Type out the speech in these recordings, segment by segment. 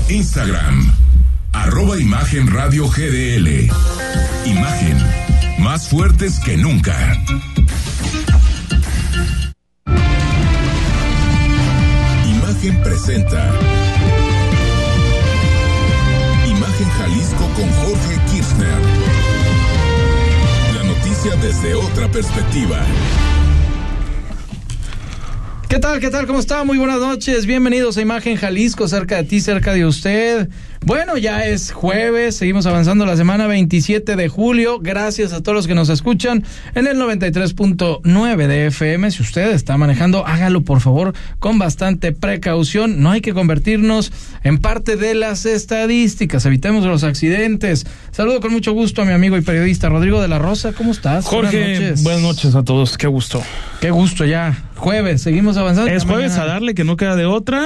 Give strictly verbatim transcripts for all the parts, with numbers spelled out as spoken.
Instagram, arroba Imagen Radio G D L. Imagen, más fuertes que nunca. Imagen presenta Imagen Jalisco con Jorge Kirchner. La noticia desde otra perspectiva. ¿Qué tal? ¿Qué tal? ¿Cómo está? Muy buenas noches. Bienvenidos a Imagen Jalisco, cerca de ti, cerca de usted. Bueno, ya es jueves, seguimos avanzando la semana veintisiete de julio. Gracias a todos los que nos escuchan en el noventa y tres punto nueve de F M. Si usted está manejando, hágalo por favor con bastante precaución. No hay que convertirnos en parte de las estadísticas. Evitemos los accidentes. Saludo con mucho gusto a mi amigo y periodista Rodrigo de la Rosa. ¿Cómo estás? Jorge, buenas noches, buenas noches a todos. Qué gusto. Qué gusto ya. Jueves, seguimos avanzando. Es jueves mañana. A darle, que no queda de otra.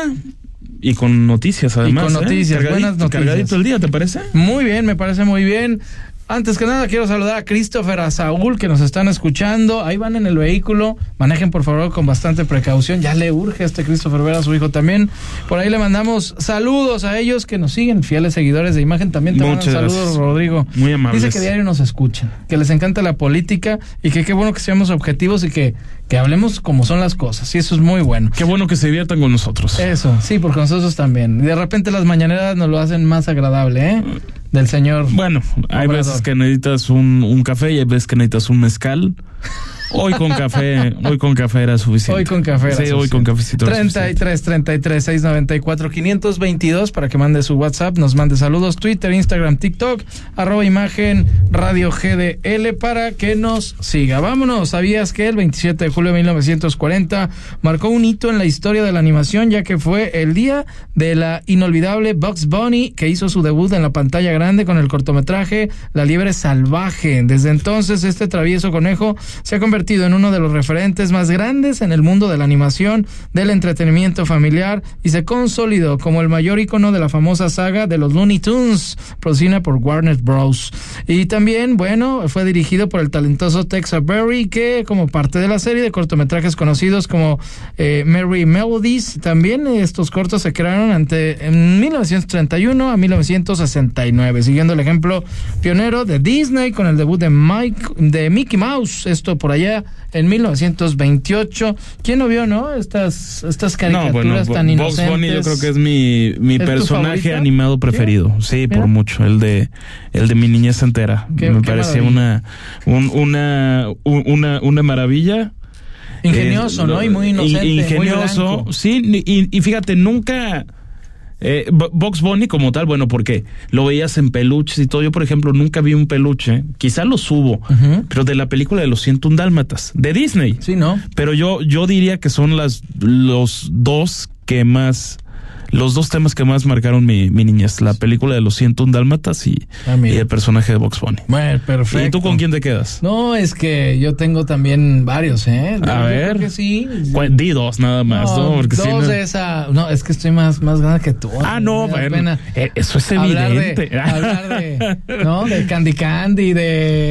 Y con noticias, además. Y con noticias, ¿eh? buenas noticias. Cargadito el día, ¿te parece? Muy bien, me parece muy bien. Antes que nada, quiero saludar a Christopher, a Saúl, que nos están escuchando. Ahí van en el vehículo. Manejen, por favor, con bastante precaución. Ya le urge a este Christopher ver a su hijo también. Por ahí le mandamos saludos a ellos que nos siguen, fieles seguidores de Imagen. También te Muchas mandan saludos, gracias. Rodrigo. Muy amables. Dice que diario nos escuchan, que les encanta la política y que qué bueno que seamos objetivos y que, que hablemos como son las cosas. Y eso es muy bueno. Qué bueno que se diviertan con nosotros. Eso, sí, porque nosotros también. De repente las mañaneras nos lo hacen más agradable, ¿eh? Del señor. Bueno, hay Obrador. veces que necesitas un, un café y hay veces que necesitas un mezcal. Hoy con café, hoy con café era suficiente. Hoy con café era Sí, suficiente. hoy con cafecito era treinta y tres, treinta y tres, seiscientos noventa y cuatro, quinientos veintidós para que mande su WhatsApp, nos mande saludos, Twitter, Instagram, TikTok, arroba Imagen Radio G D L para que nos siga. Vámonos, ¿sabías que el veintisiete de julio de mil novecientos cuarenta marcó un hito en la historia de la animación, ya que fue el día de la inolvidable Bugs Bunny, que hizo su debut en la pantalla grande con el cortometraje La Liebre Salvaje? Desde entonces, este travieso conejo se ha convertido en uno de los referentes más grandes en el mundo de la animación, del entretenimiento familiar, y se consolidó como el mayor ícono de la famosa saga de los Looney Tunes, producida por Warner Bros. Y también, bueno, fue dirigido por el talentoso Tex Avery, que como parte de la serie de cortometrajes conocidos como eh, Merry Melodies, también estos cortos se crearon ante, en mil novecientos treinta y uno a mil novecientos sesenta y nueve, siguiendo el ejemplo pionero de Disney con el debut de, Mike, de Mickey Mouse, esto por allá en mil novecientos veintiocho. ¿Quién no vio, no? Estas, estas caricaturas no, bueno, tan inocentes. Bugs Bunny yo creo que es mi, mi ¿Es tu personaje favorita? animado preferido. Sí, sí Mira. por mucho. El de el de mi niñez entera. Qué- Me qué parecía maravilla. una, un, una, un- una, una maravilla. Ingenioso, Eh, ¿no? Y muy inocente, in- muy Ingenioso, blanco. sí. Y, y fíjate, nunca... Eh, Bu- Bugs Bunny como tal, bueno, porque lo veías en peluches y todo. Yo, por ejemplo, nunca vi un peluche, quizá lo subo, Ujú. pero de la película de los ciento un Dálmatas, de Disney. Sí, ¿no? Pero yo, yo diría que son las los dos que más, los dos temas que más marcaron mi, mi niñez, la película de los ciento un Dálmatas y, Ah, mira. y el personaje de Bugs Bunny. Bueno, perfecto. ¿Y tú con quién te quedas? No, es que yo tengo también varios, ¿eh? Yo- A yo ver. creo que sí. Cu- Di dos nada más, ¿no? Porque dos si no- de esa. No, es que estoy más, más grande que tú. Ah, no, Me da bueno, pena eh, eso es hablar evidente. De, hablar de, ¿no? De Candy Candy, de,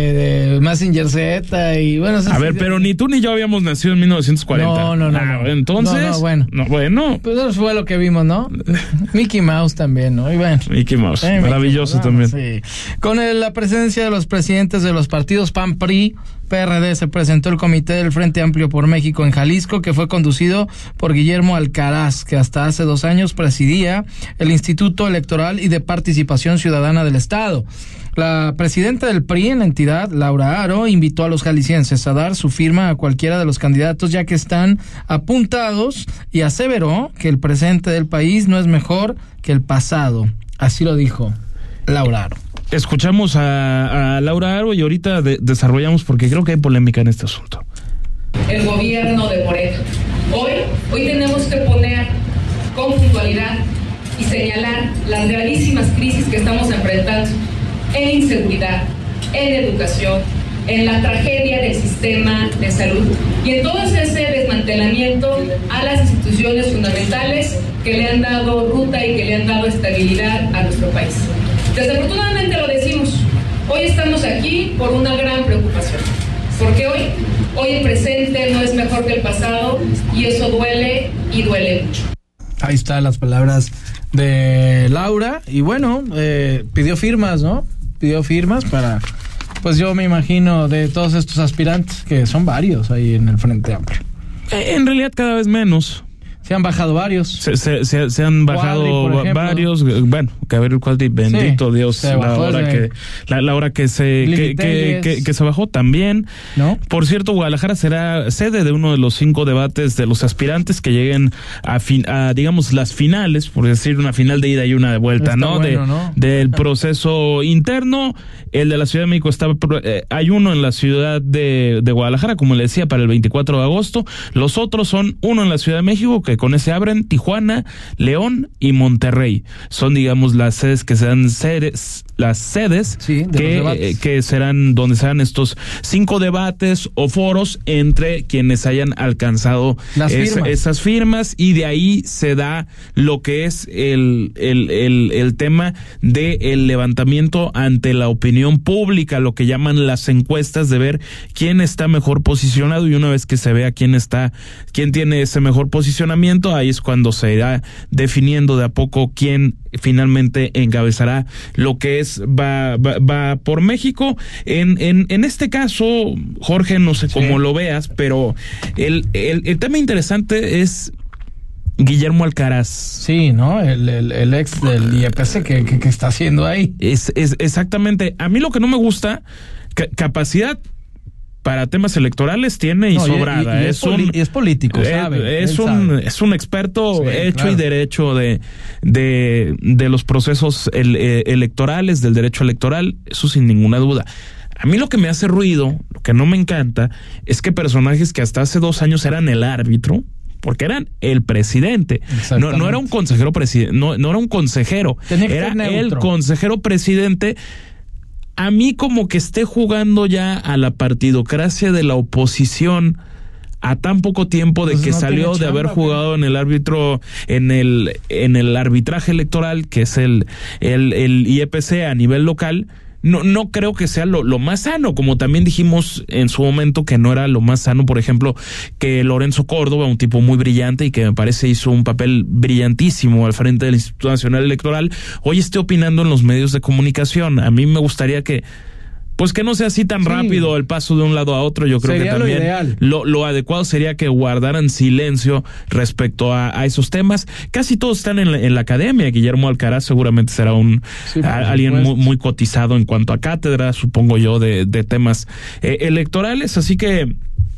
de Mazinger Z y bueno. A ver, pero ni tú ni yo habíamos nacido en mil novecientos cuarenta. No, no, no, Ah, no. entonces. No, no, bueno. No, bueno. Pues eso fue lo que vimos, ¿no? Mickey Mouse también, ¿no? Y bueno. Mickey Mouse, Eh, maravilloso Mickey Mouse, también. sí. Con el- la presencia de los presidentes de los partidos P A N, P R I, P R D, se presentó el Comité del Frente Amplio por México en Jalisco, que fue conducido por Guillermo Alcaraz, que hasta hace dos años presidía el Instituto Electoral y de Participación Ciudadana del Estado. La presidenta del P R I en la entidad, Laura Aro, invitó a los jaliscienses a dar su firma a cualquiera de los candidatos ya que están apuntados, y aseveró que el presente del país no es mejor que el pasado. Así lo dijo Laura Aro. Escuchamos a, a Laura Aro y ahorita de- desarrollamos porque creo que hay polémica en este asunto. El gobierno de Morena. Hoy, hoy tenemos que poner con puntualidad y señalar las gravísimas crisis que estamos enfrentando en inseguridad, en educación, en la tragedia del sistema de salud y en todo ese desmantelamiento a las instituciones fundamentales que le han dado ruta y que le han dado estabilidad a nuestro país. Desafortunadamente lo decimos, hoy estamos aquí por una gran preocupación, porque hoy, hoy el presente no es mejor que el pasado y eso duele y duele mucho. Ahí están las palabras de Laura, y bueno, eh, pidió firmas, ¿no? Pidió firmas para, pues yo me imagino, de todos estos aspirantes, que son varios ahí en el Frente Amplio. Eh, en realidad cada vez menos. Se han bajado varios. Se, se, se, se han bajado Cuadri, varios. Bueno, que a ver el Cuadri, bendito sí, Dios, la hora, que, la, la hora que se que, que, que, que se bajó también. ¿No? Por cierto, Guadalajara será sede de uno de los cinco debates de los aspirantes que lleguen a, fin, a digamos, las finales, por decir una final de ida y una de vuelta, ¿no? Bueno, de, ¿no? Del proceso interno. El de la Ciudad de México está, eh, hay uno en la ciudad de, de Guadalajara, como le decía, para el veinticuatro de agosto. Los otros son uno en la Ciudad de México, que con ese abren Tijuana, León y Monterrey. Son, digamos, las sedes que serán sedes, las sedes sí, que, eh, que serán donde serán estos cinco debates o foros entre quienes hayan alcanzado es, firmas. esas firmas, y de ahí se da lo que es el, el, el, el tema de el levantamiento ante la opinión pública, lo que llaman las encuestas, de ver quién está mejor posicionado, y una vez que se vea quién está, quién tiene ese mejor posicionamiento, ahí es cuando se irá definiendo de a poco quién finalmente encabezará lo que es va va, va por México. En, en en este caso, Jorge, no sé cómo sí. lo veas, pero el, el el tema interesante es Guillermo Alcaraz. Sí, ¿no? El, el, el ex del I E P C que, que, que está haciendo ahí. Es, es exactamente. A mí lo que no me gusta, ca- capacidad para temas electorales tiene y no, sobrada. Y, y, y es, es, poli- un, y es político, sabe. Es un, sabe. es un experto sí, hecho claro. y derecho de, de, de los procesos el, eh, electorales, del derecho electoral, eso sin ninguna duda. A mí lo que me hace ruido, lo que no me encanta, es que personajes que hasta hace dos años eran el árbitro, porque eran el presidente, no, no era un consejero presidente, no, no era un consejero, era el consejero presidente. A mí como que esté jugando ya a la partidocracia de la oposición a tan poco tiempo de pues que no salió de haber jugado en el árbitro, en el en el arbitraje electoral, que es el el, el I E P C a nivel local. No, no creo que sea lo, lo más sano, como también dijimos en su momento que no era lo más sano, por ejemplo, que Lorenzo Córdoba, un tipo muy brillante y que me parece hizo un papel brillantísimo al frente del Instituto Nacional Electoral, hoy esté opinando en los medios de comunicación. A mí me gustaría que pues que no sea así tan sí. rápido el paso de un lado a otro. Yo creo sería que también lo, ideal. lo lo adecuado sería que guardaran silencio respecto a, a esos temas. Casi todos están en la, en la academia. Guillermo Alcaraz seguramente será un sí, a, alguien muy, muy cotizado en cuanto a cátedra, supongo yo, de, de temas eh, electorales. Así que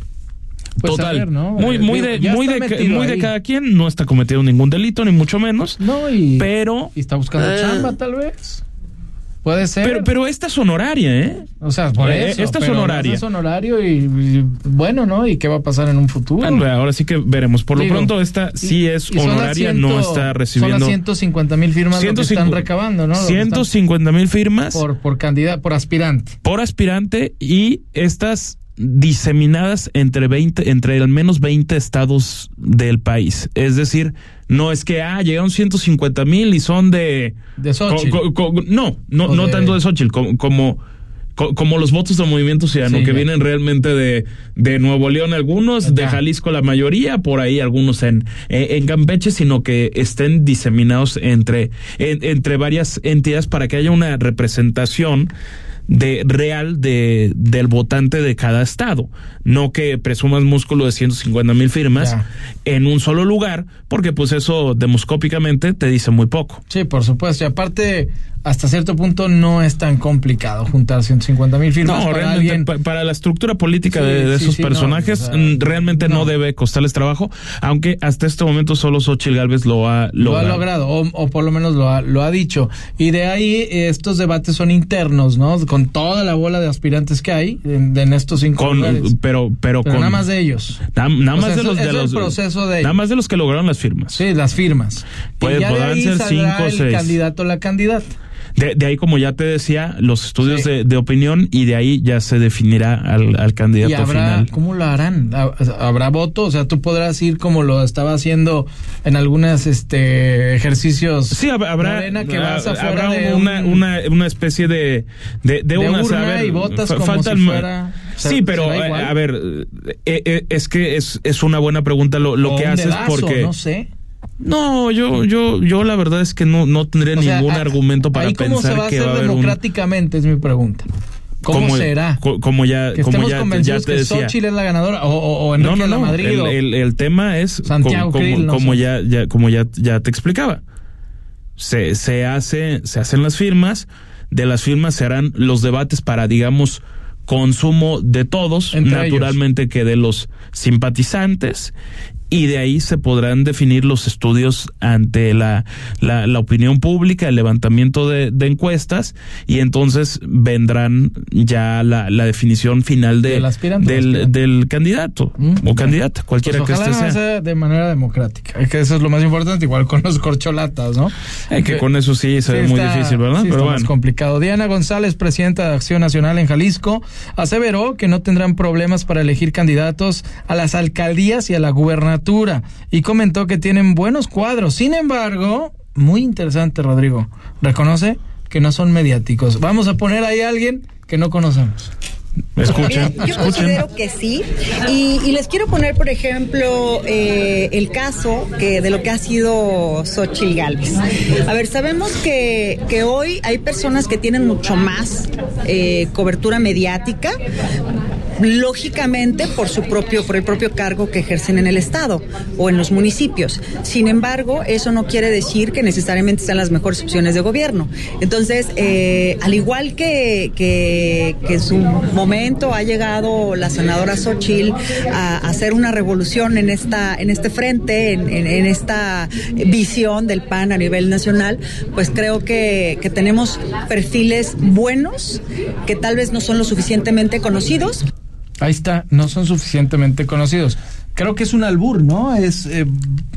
pues total, ver, ¿no? muy muy de muy de muy de cada quien. No está cometiendo ningún delito, ni mucho menos. No, y pero y está buscando eh, chamba, tal vez. Puede ser. Pero, pero esta es honoraria, ¿eh? O sea, por eso. Esta es honoraria. Es honorario y, y bueno, ¿no? ¿Y qué va a pasar en un futuro? Bueno, ahora sí que veremos. Por Digo, lo pronto, esta sí es honoraria, ciento, no está recibiendo. Son las ciento cincuenta mil firmas ciento cincuenta, lo que están recabando, ¿no? ciento cincuenta mil firmas. Por, por candidato, por aspirante. Por aspirante, y estas diseminadas entre veinte, entre al menos veinte estados del país. Es decir, no es que ah llegaron ciento cincuenta mil y son de de Xochitl. Co, co, co, no, no, no de... tanto de Xochitl, como, como como los votos del Movimiento Ciudadano, sí, que ya. vienen realmente de, de Nuevo León algunos, ya. de Jalisco la mayoría, por ahí algunos en, en Campeche, sino que estén diseminados entre, en, entre varias entidades para que haya una representación de real de del votante de cada estado, no que presumas músculo de ciento cincuenta mil firmas ya. en un solo lugar, porque pues eso demoscópicamente te dice muy poco. Sí, por supuesto, y aparte hasta cierto punto no es tan complicado juntar ciento cincuenta mil firmas. No, para realmente alguien... pa- para la estructura política sí, de, de sí, esos sí, personajes no, o sea, realmente no. no debe costarles trabajo, aunque hasta este momento solo Xochitl Gálvez lo ha lo logrado. ha logrado, o, o por lo menos lo ha, lo ha dicho. Y de ahí estos debates son internos, ¿no? Con toda la bola de aspirantes que hay en, en estos cinco con, lugares. Pero, pero, pero con, nada más de ellos. Nada, nada más sea, de los, eso, de los el proceso de nada más de los que lograron las firmas. Sí, las firmas. Pues, y ya de ahí ser saldrá cinco, el seis. candidato o la candidata. De, de ahí, como ya te decía, los estudios sí. de, de opinión, y de ahí ya se definirá al, al candidato ¿Y habrá, final. ¿Cómo lo harán? ¿Habrá voto? O sea, tú podrás ir como lo estaba haciendo en algunas este ejercicios. Sí, habrá, que vas habrá de una, un, una, una especie de de, de, de una urna saber, y votas fa, como falta si fuera. Sí, pero a ver, eh, eh, es que es, es una buena pregunta lo, lo o que un haces dedazo, porque no sé. No, yo, yo, yo la verdad es que no, no tendría o ningún sea, argumento para pensar que va a haber democráticamente un... es mi pregunta. ¿Cómo como, será? Como ya, que como estemos ya, convencidos ya te que decía. Xóchitl es la ganadora o, o, o Enrique no, no, no. de la Madrid. El, o el, el tema es Santiago como, Krill, no como sé. ya, ya, como ya, ya te explicaba. Se, se hace, se hacen las firmas. De las firmas se harán los debates para, digamos, consumo de todos, Entre naturalmente ellos. que de los simpatizantes, y de ahí se podrán definir los estudios ante la, la, la opinión pública, el levantamiento de, de encuestas, y entonces vendrán ya la, la definición final de, del, aspirante, del, aspirante. del candidato mm, o candidata, cualquiera pues que este sea. sea de manera democrática, es que eso es lo más importante, igual con los corcholatas, ¿no? Es que, que con eso sí se sí ve está, muy difícil, ¿verdad? Sí, pero está bueno. más complicado. Diana González, presidenta de Acción Nacional en Jalisco, aseveró que no tendrán problemas para elegir candidatos a las alcaldías y a la gubernatura, y comentó que tienen buenos cuadros. Sin embargo, muy interesante, Rodrigo, reconoce que no son mediáticos. Vamos a poner ahí a alguien que no conocemos. Escuchen, Mira, yo escuchen. considero que sí, y, y les quiero poner, por ejemplo, eh, el caso que de lo que ha sido Xóchitl Gálvez. A ver, sabemos que, que hoy hay personas que tienen mucho más eh, cobertura mediática, lógicamente por su propio, por el propio cargo que ejercen en el estado o en los municipios. Sin embargo, eso no quiere decir que necesariamente sean las mejores opciones de gobierno. Entonces, eh, al igual que, que, que en su momento ha llegado la senadora Xóchitl a, a hacer una revolución en esta, en este frente, en, en, en esta visión del P A N a nivel nacional, pues creo que, que tenemos perfiles buenos que tal vez no son lo suficientemente conocidos. Ahí está, no son suficientemente conocidos. Creo que es un albur, ¿no? Es eh,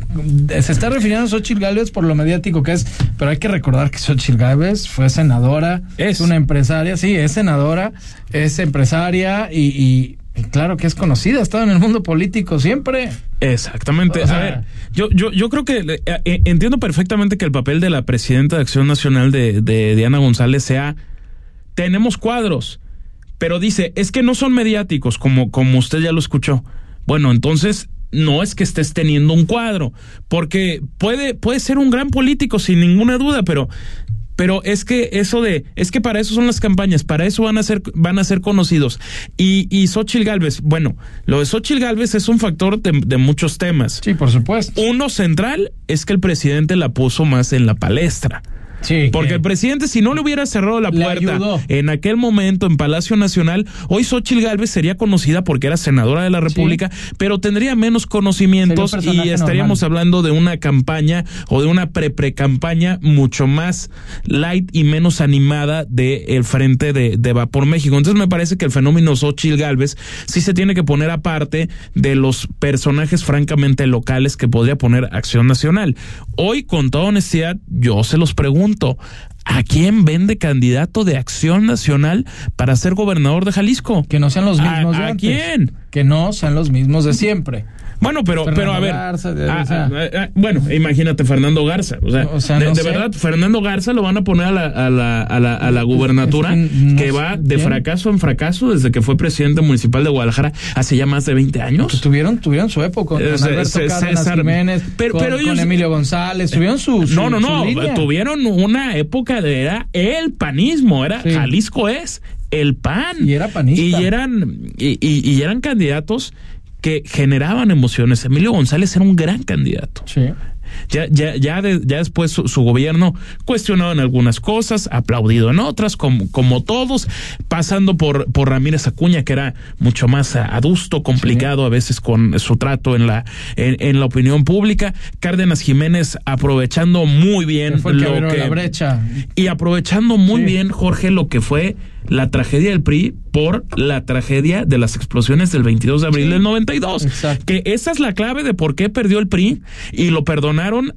se está refiriendo a Xóchitl Gálvez por lo mediático que es, pero hay que recordar que Xóchitl Gálvez fue senadora, es una empresaria, sí, es senadora, es empresaria y, y, y claro que es conocida, ha estado en el mundo político siempre. Exactamente. O sea, a ver, yo, yo, yo creo que eh, entiendo perfectamente que el papel de la presidenta de Acción Nacional de, de Diana González sea, tenemos cuadros, pero dice, es que no son mediáticos, como, como usted ya lo escuchó. Bueno, entonces no es que estés teniendo un cuadro, porque puede, puede ser un gran político sin ninguna duda, pero, pero es que eso de, es que para eso son las campañas, para eso van a ser, van a ser conocidos. Y, y Xóchitl Gálvez, bueno, lo de Xóchitl Gálvez es un factor de, de muchos temas. Sí, por supuesto. Uno central es que el presidente la puso más en la palestra. Sí, porque que el presidente, si no le hubiera cerrado la puerta en aquel momento en Palacio Nacional, hoy Xóchitl Gálvez sería conocida porque era senadora de la República, sí, pero tendría menos conocimientos y estaríamos normal. hablando de una campaña o de una pre-pre-campaña mucho más light y menos animada del frente de, de Va por México. Entonces me parece que el fenómeno Xóchitl Gálvez sí se tiene que poner aparte de los personajes francamente locales que podría poner Acción Nacional. Hoy, con toda honestidad, yo se los pregunto, ¿a quién vende candidato de Acción Nacional para ser gobernador de Jalisco? Que no sean los mismos ¿A, de ¿a antes. quién? Que no sean los mismos de siempre. Bueno, pero, Fernando pero a ver, Garza, de, a, o sea, a, a, bueno, imagínate Fernando Garza, o sea, o sea de, no de sé. verdad, Fernando Garza lo van a poner a la, a la, a la, a la gubernatura, es que, no que va de ¿quién? fracaso en fracaso desde que fue presidente municipal de Guadalajara hace ya más de veinte años. Pues tuvieron, tuvieron su época con, Eh, con Alberto C- Cárdenas César, Jiménez, pero, con, pero ellos, con Emilio González, tuvieron su, su No, no, no, su línea. tuvieron una época de era el panismo, era Sí. Jalisco es el P A N. Y era panista. Y eran, y, y, y eran candidatos que generaban emociones. Emilio González era un gran candidato. Sí. Ya, ya, ya, de, ya después su, su gobierno cuestionado en algunas cosas, aplaudido en otras, como, como todos, pasando por, por Ramírez Acuña, que era mucho más adusto, complicado, sí, a veces con su trato en la, en, en la opinión pública. Cárdenas Jiménez aprovechando muy bien fue el lo que, que la brecha. y aprovechando muy sí. bien, Jorge, lo que fue la tragedia del P R I por la tragedia de las explosiones del veintidós de abril sí. del noventa y dos. Exacto. Que esa es la clave de por qué perdió el P R I y lo perdonaron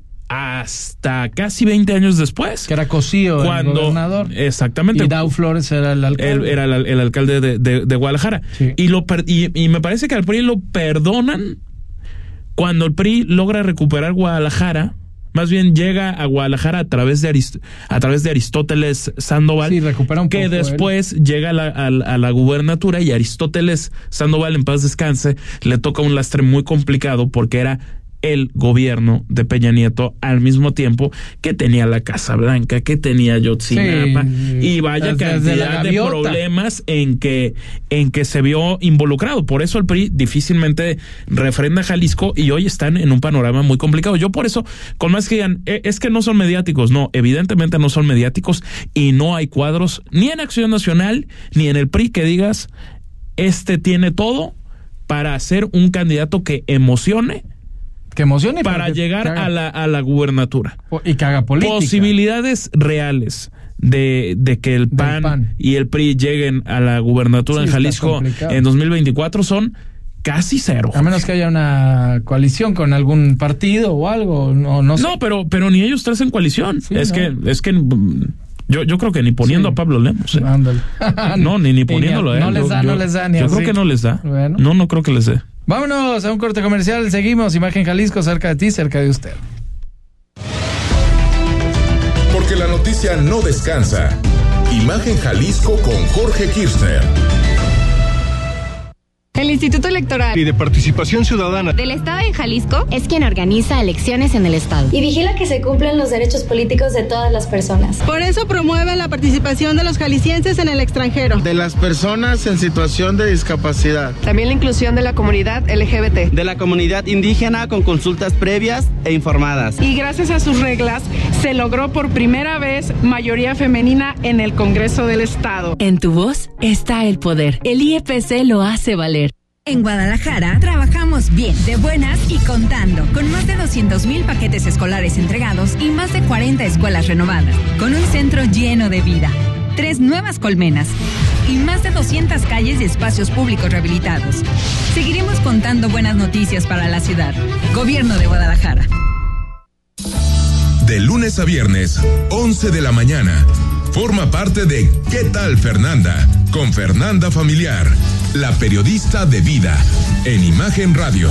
hasta casi veinte años después. Que era Cosío, cuando, el gobernador. Exactamente. Y Dau Flores era el alcalde. Él era el, el alcalde de, de, de Guadalajara. Sí. Y, lo per, y, y me parece que al P R I lo perdonan cuando el P R I logra recuperar Guadalajara. Más bien llega a Guadalajara a través de Arist a través de Aristóteles Sandoval, sí, recupera un que poco después él. llega a la, a, a la gubernatura y Aristóteles Sandoval, en paz descanse, le toca un lastre muy complicado porque era el gobierno de Peña Nieto, al mismo tiempo que tenía la Casa Blanca, que tenía Ayotzinapa, sí, y vaya cantidad de problemas en que, en que se vio involucrado. Por eso el P R I difícilmente refrenda Jalisco y hoy están en un panorama muy complicado. Yo por eso, con más que digan, eh, es que no son mediáticos, no, evidentemente no son mediáticos y no hay cuadros ni en Acción Nacional ni en el P R I que digas, este tiene todo para ser un candidato que emocione, que emocione para llegar a la a la gubernatura y que haga política. Posibilidades reales de, de que el P A N, P A N y el P R I lleguen a la gubernatura sí, en Jalisco en dos mil veinticuatro son casi cero. A menos que haya una coalición con algún partido o algo, no no sé. No, pero pero ni ellos tres en coalición. Sí, es no. que es que Yo, yo creo que ni poniendo sí. a Pablo Lemos. ¿eh? No, ni, ni poniéndolo a él. No les da, yo, no les da. Ni yo así. creo que no les da. Bueno. No, no creo que les dé. Vámonos a un corte comercial. Seguimos. Imagen Jalisco, cerca de ti, cerca de usted. Porque la noticia no descansa. Imagen Jalisco con Jorge Kirchner. El Instituto Electoral y de Participación Ciudadana del Estado de Jalisco es quien organiza elecciones en el Estado y vigila que se cumplan los derechos políticos de todas las personas. Por eso promueve la participación de los jaliscienses en el extranjero, de las personas en situación de discapacidad, también la inclusión de la comunidad L G B T, de la comunidad indígena con consultas previas e informadas. Y gracias a sus reglas se logró por primera vez mayoría femenina en el Congreso del Estado. En tu voz está el poder. El I E P C lo hace valer. En Guadalajara trabajamos bien, de buenas y contando, con más de doscientos mil paquetes escolares entregados y más de cuarenta escuelas renovadas, con un centro lleno de vida, tres nuevas colmenas y más de doscientas calles y espacios públicos rehabilitados. Seguiremos contando buenas noticias para la ciudad. Gobierno de Guadalajara. De lunes a viernes, once de la mañana. Forma parte de ¿Qué tal, Fernanda? Con Fernanda Familiar, la periodista de vida, en Imagen Radio.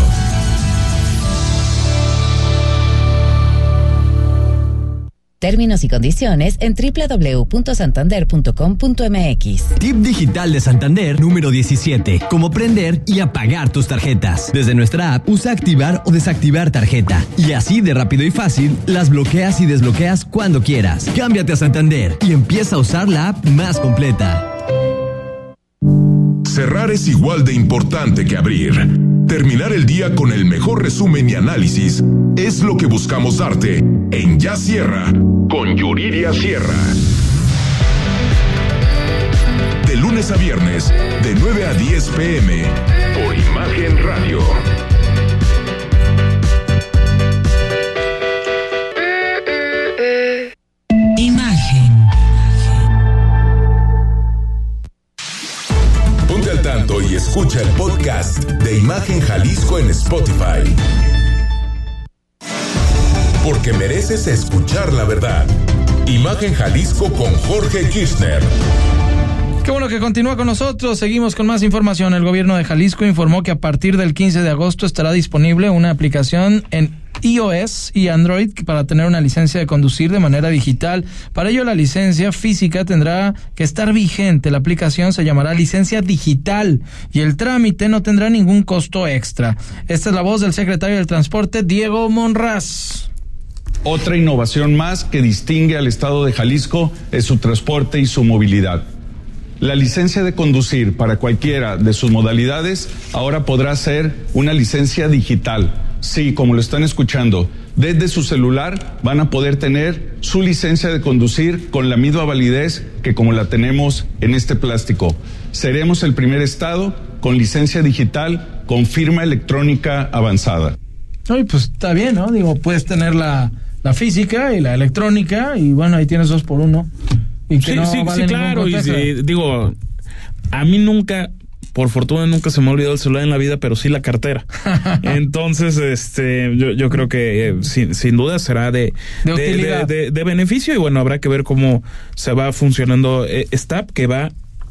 Términos y condiciones en doble u doble u doble u punto santander punto com punto m x. Tip digital de Santander número diecisiete. Cómo prender y apagar tus tarjetas. Desde nuestra app, usa activar o desactivar tarjeta. Y así de rápido y fácil, las bloqueas y desbloqueas cuando quieras. Cámbiate a Santander y empieza a usar la app más completa. Cerrar es igual de importante que abrir. Terminar el día con el mejor resumen y análisis es lo que buscamos darte en Ya Cierra con Yuridia Sierra. De lunes a viernes, de nueve a diez pm, por Imagen Radio. Imagen. Ponte al tanto y escucha el podcast de Imagen Jalisco en Spotify. Porque mereces escuchar la verdad. Imagen Jalisco con Jorge Kirchner. Qué bueno que continúa con nosotros. Seguimos con más información. El gobierno de Jalisco informó que a partir del quince de agosto estará disponible una aplicación en iOS y Android para tener una licencia de conducir de manera digital. Para ello, la licencia física tendrá que estar vigente. La aplicación se llamará licencia digital y el trámite no tendrá ningún costo extra. Esta es la voz del secretario del Transporte, Diego Monraz. Otra innovación más que distingue al estado de Jalisco es su transporte y su movilidad. La licencia de conducir para cualquiera de sus modalidades ahora podrá ser una licencia digital. Sí, como lo están escuchando, desde su celular van a poder tener su licencia de conducir con la misma validez que como la tenemos en este plástico. Seremos el primer estado con licencia digital con firma electrónica avanzada. Ay, pues está bien, ¿no? Digo, puedes tener la, la física y la electrónica y bueno, ahí tienes dos por uno. Y que sí, no sí, vale sí, claro. Y, y, digo, a mí nunca, por fortuna, nunca se me ha olvidado el celular en la vida, pero sí la cartera. Entonces, este, yo, yo creo que eh, sin, sin duda será de de, de, de, de, de beneficio y bueno, habrá que ver cómo se va funcionando eh, esta app que va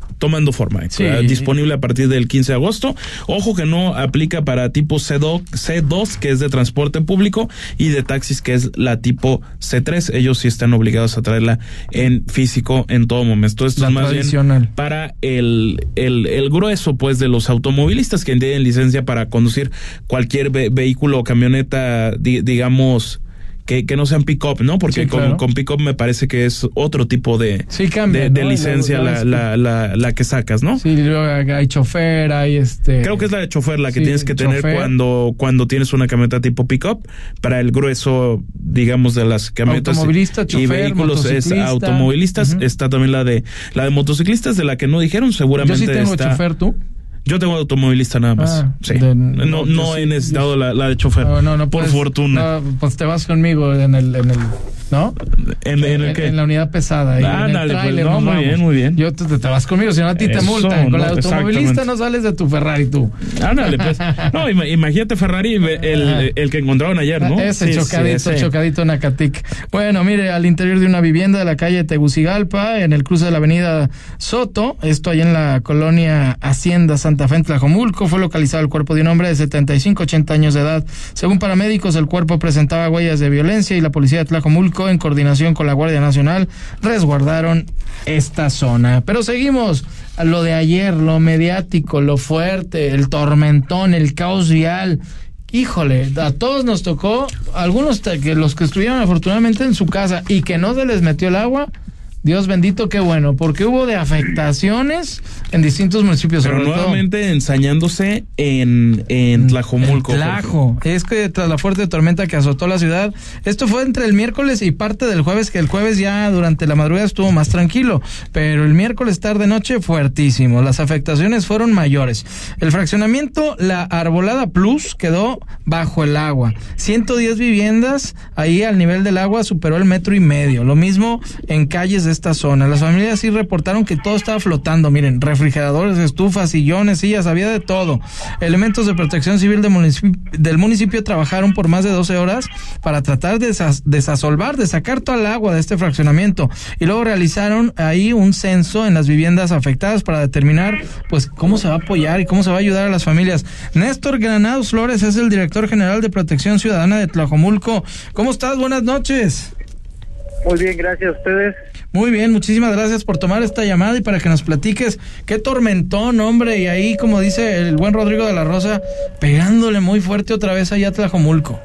tomando forma. Sí. Disponible a partir del quince de agosto. Ojo que no aplica para tipo C dos, que es de transporte público, y de taxis, que es la tipo C tres. Ellos sí están obligados a traerla en físico en todo momento. Esto la es más tradicional. bien para el, el, el grueso, pues, de los automovilistas que tienen licencia para conducir cualquier ve- vehículo o camioneta, di- digamos... Que, que no sean pick-up, ¿no? Porque sí, con, claro. con pick-up me parece que es otro tipo de, sí, cambia, de, ¿no? de licencia luego, la, la, la, la que sacas, ¿no? Sí, luego hay chofer, hay este... Creo que es la de chofer la que sí, tienes que tener chofer. cuando cuando tienes una camioneta tipo pick-up. Para el grueso, digamos, de las camionetas automovilista, y chofer, vehículos es motociclista. automovilistas. Uh-huh. Está también la de la de motociclistas, de la que no dijeron, seguramente. Yo sí tengo está... chofer, ¿tú? Yo tengo automovilista nada más. Ah, sí. De, no no, no he necesitado la, la de chofer. No, no, no por puedes, fortuna. No, pues te vas conmigo en el, en el ¿no? ¿En, en, el qué? En la unidad pesada. Ah, en el dale, trailer, pues, no, muy vamos. bien, muy bien. Yo te, te vas conmigo, si no a ti te Eso, multan. Con no, la automovilista no sales de tu Ferrari tú. Ándale, pues. No, imagínate Ferrari, el, el que encontraron ayer, ¿no? Ese sí, chocadito, sí, ese. chocadito en Acatic. Bueno, mire, al interior de una vivienda de la calle Tegucigalpa, en el cruce de la avenida Soto, esto ahí en la colonia Hacienda Santa Fe en Tlajomulco, fue localizado el cuerpo de un hombre de setenta y cinco, ochenta años de edad. Según paramédicos, el cuerpo presentaba huellas de violencia y la policía de Tlajomulco, en coordinación con la Guardia Nacional, resguardaron esta zona. Pero seguimos a lo de ayer, lo mediático, lo fuerte, el tormentón, el caos vial. Híjole, a todos nos tocó, algunos que los que estuvieron afortunadamente en su casa y que no se les metió el agua, Dios bendito, qué bueno, porque hubo de afectaciones en distintos municipios. Pero nuevamente todo. ensañándose en, en Tlajomulco. En Tlajo. Es que tras la fuerte tormenta que azotó la ciudad, esto fue entre el miércoles y parte del jueves, que el jueves ya durante la madrugada estuvo más tranquilo, pero el miércoles tarde-noche fuertísimo. Las afectaciones fueron mayores. El fraccionamiento La Arbolada Plus quedó bajo el agua. ciento diez viviendas ahí al nivel del agua superó el metro y medio. Lo mismo en calles de esta zona. Las familias sí reportaron que todo estaba flotando. Miren, refrigeradores, estufas, sillones, sillas, había de todo. Elementos de protección civil de municipio, del municipio trabajaron por más de doce horas para tratar de desas, desasolvar, de sacar toda el agua de este fraccionamiento, y luego realizaron ahí un censo en las viviendas afectadas para determinar pues cómo se va a apoyar y cómo se va a ayudar a las familias. Néstor Granados Flores es el director general de Protección Ciudadana de Tlajomulco. ¿Cómo estás? Buenas noches. Muy bien, gracias a ustedes. Muy bien, muchísimas gracias por tomar esta llamada y para que nos platiques qué tormentón, hombre, y ahí, como dice el buen Rodrigo de la Rosa, pegándole muy fuerte otra vez allá a Tlajomulco.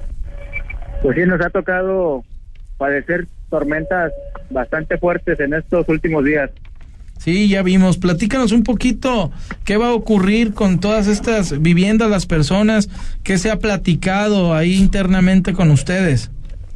Pues sí, nos ha tocado padecer tormentas bastante fuertes en estos últimos días. Sí, ya vimos. Platícanos un poquito qué va a ocurrir con todas estas viviendas, las personas, qué se ha platicado ahí internamente con ustedes.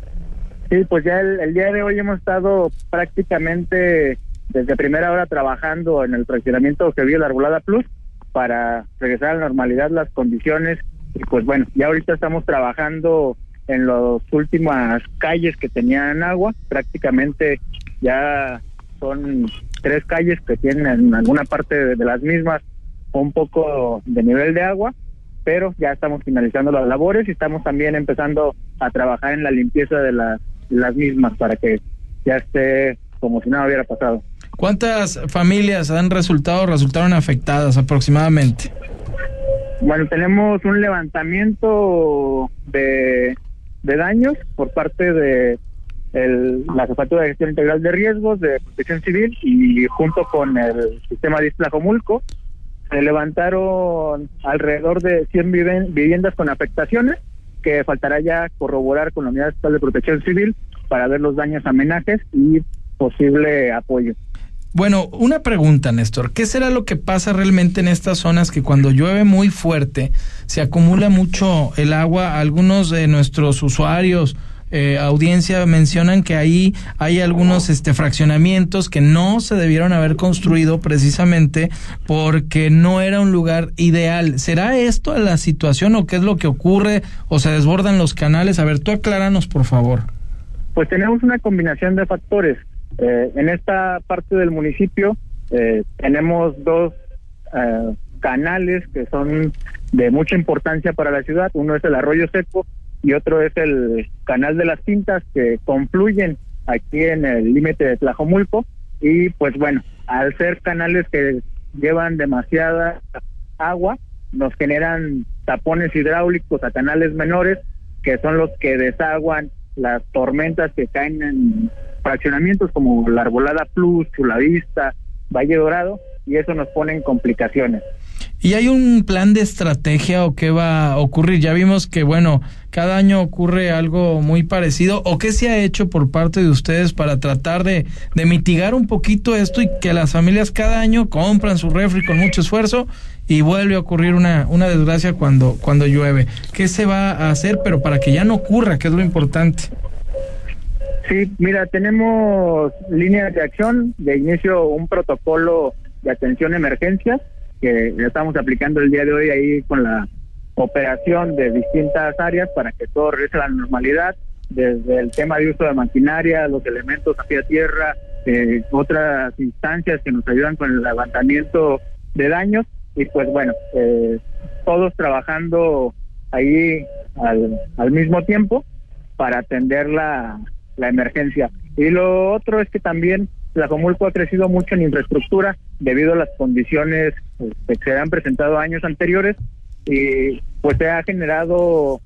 Sí, pues ya el, el día de hoy hemos estado prácticamente desde primera hora trabajando en el fraccionamiento que vio la Arbolada Plus para regresar a la normalidad las condiciones, y pues bueno, ya ahorita estamos trabajando en las últimas calles que tenían agua. Prácticamente ya son tres calles que tienen en alguna parte de, de las mismas un poco de nivel de agua, pero ya estamos finalizando las labores y estamos también empezando a trabajar en la limpieza de la las mismas para que ya esté como si nada hubiera pasado. ¿Cuántas familias han resultado resultaron afectadas aproximadamente? Bueno, tenemos un levantamiento de, de daños por parte de el, la Jefatura de Gestión Integral de Riesgos de Protección Civil, y junto con el sistema de Tlajomulco se levantaron alrededor de cien viviendas con afectaciones, que faltará ya corroborar con la Unidad Estatal de Protección Civil para ver los daños a menajes y posible apoyo. Bueno, una pregunta, Néstor, ¿qué será lo que pasa realmente en estas zonas que cuando llueve muy fuerte se acumula mucho el agua? Algunos de nuestros usuarios, eh, audiencia, mencionan que ahí hay algunos este fraccionamientos que no se debieron haber construido precisamente porque no era un lugar ideal. ¿Será esto la situación o qué es lo que ocurre o se desbordan los canales? A ver, tú acláranos, por favor. Pues tenemos una combinación de factores. Eh, en esta parte del municipio eh, tenemos dos eh, canales que son de mucha importancia para la ciudad. Uno es el Arroyo Seco y otro es el Canal de las Pintas, que confluyen aquí en el límite de Tlajomulco, y pues bueno, al ser canales que llevan demasiada agua, nos generan tapones hidráulicos a canales menores, que son los que desaguan las tormentas que caen en fraccionamientos como la Arbolada Plus, Chulavista, Valle Dorado, y eso nos pone en complicaciones. ¿Y hay un plan de estrategia o qué va a ocurrir? Ya vimos que, bueno, cada año ocurre algo muy parecido. ¿O qué se ha hecho por parte de ustedes para tratar de, de mitigar un poquito esto y que las familias cada año compran su refri con mucho esfuerzo y vuelve a ocurrir una, una desgracia cuando, cuando llueve? ¿Qué se va a hacer, pero para que ya no ocurra, que es lo importante? Sí, mira, tenemos líneas de acción, de inicio un protocolo de atención a emergencias, que estamos aplicando el día de hoy ahí con la operación de distintas áreas para que todo regrese a la normalidad, desde el tema de uso de maquinaria, los elementos a pie a tierra, eh, otras instancias que nos ayudan con el levantamiento de daños, y pues bueno, eh, todos trabajando ahí al, al mismo tiempo para atender la, la emergencia. Y lo otro es que también Tlajomulco ha crecido mucho en infraestructura debido a las condiciones este, que se han presentado años anteriores, y pues se ha generado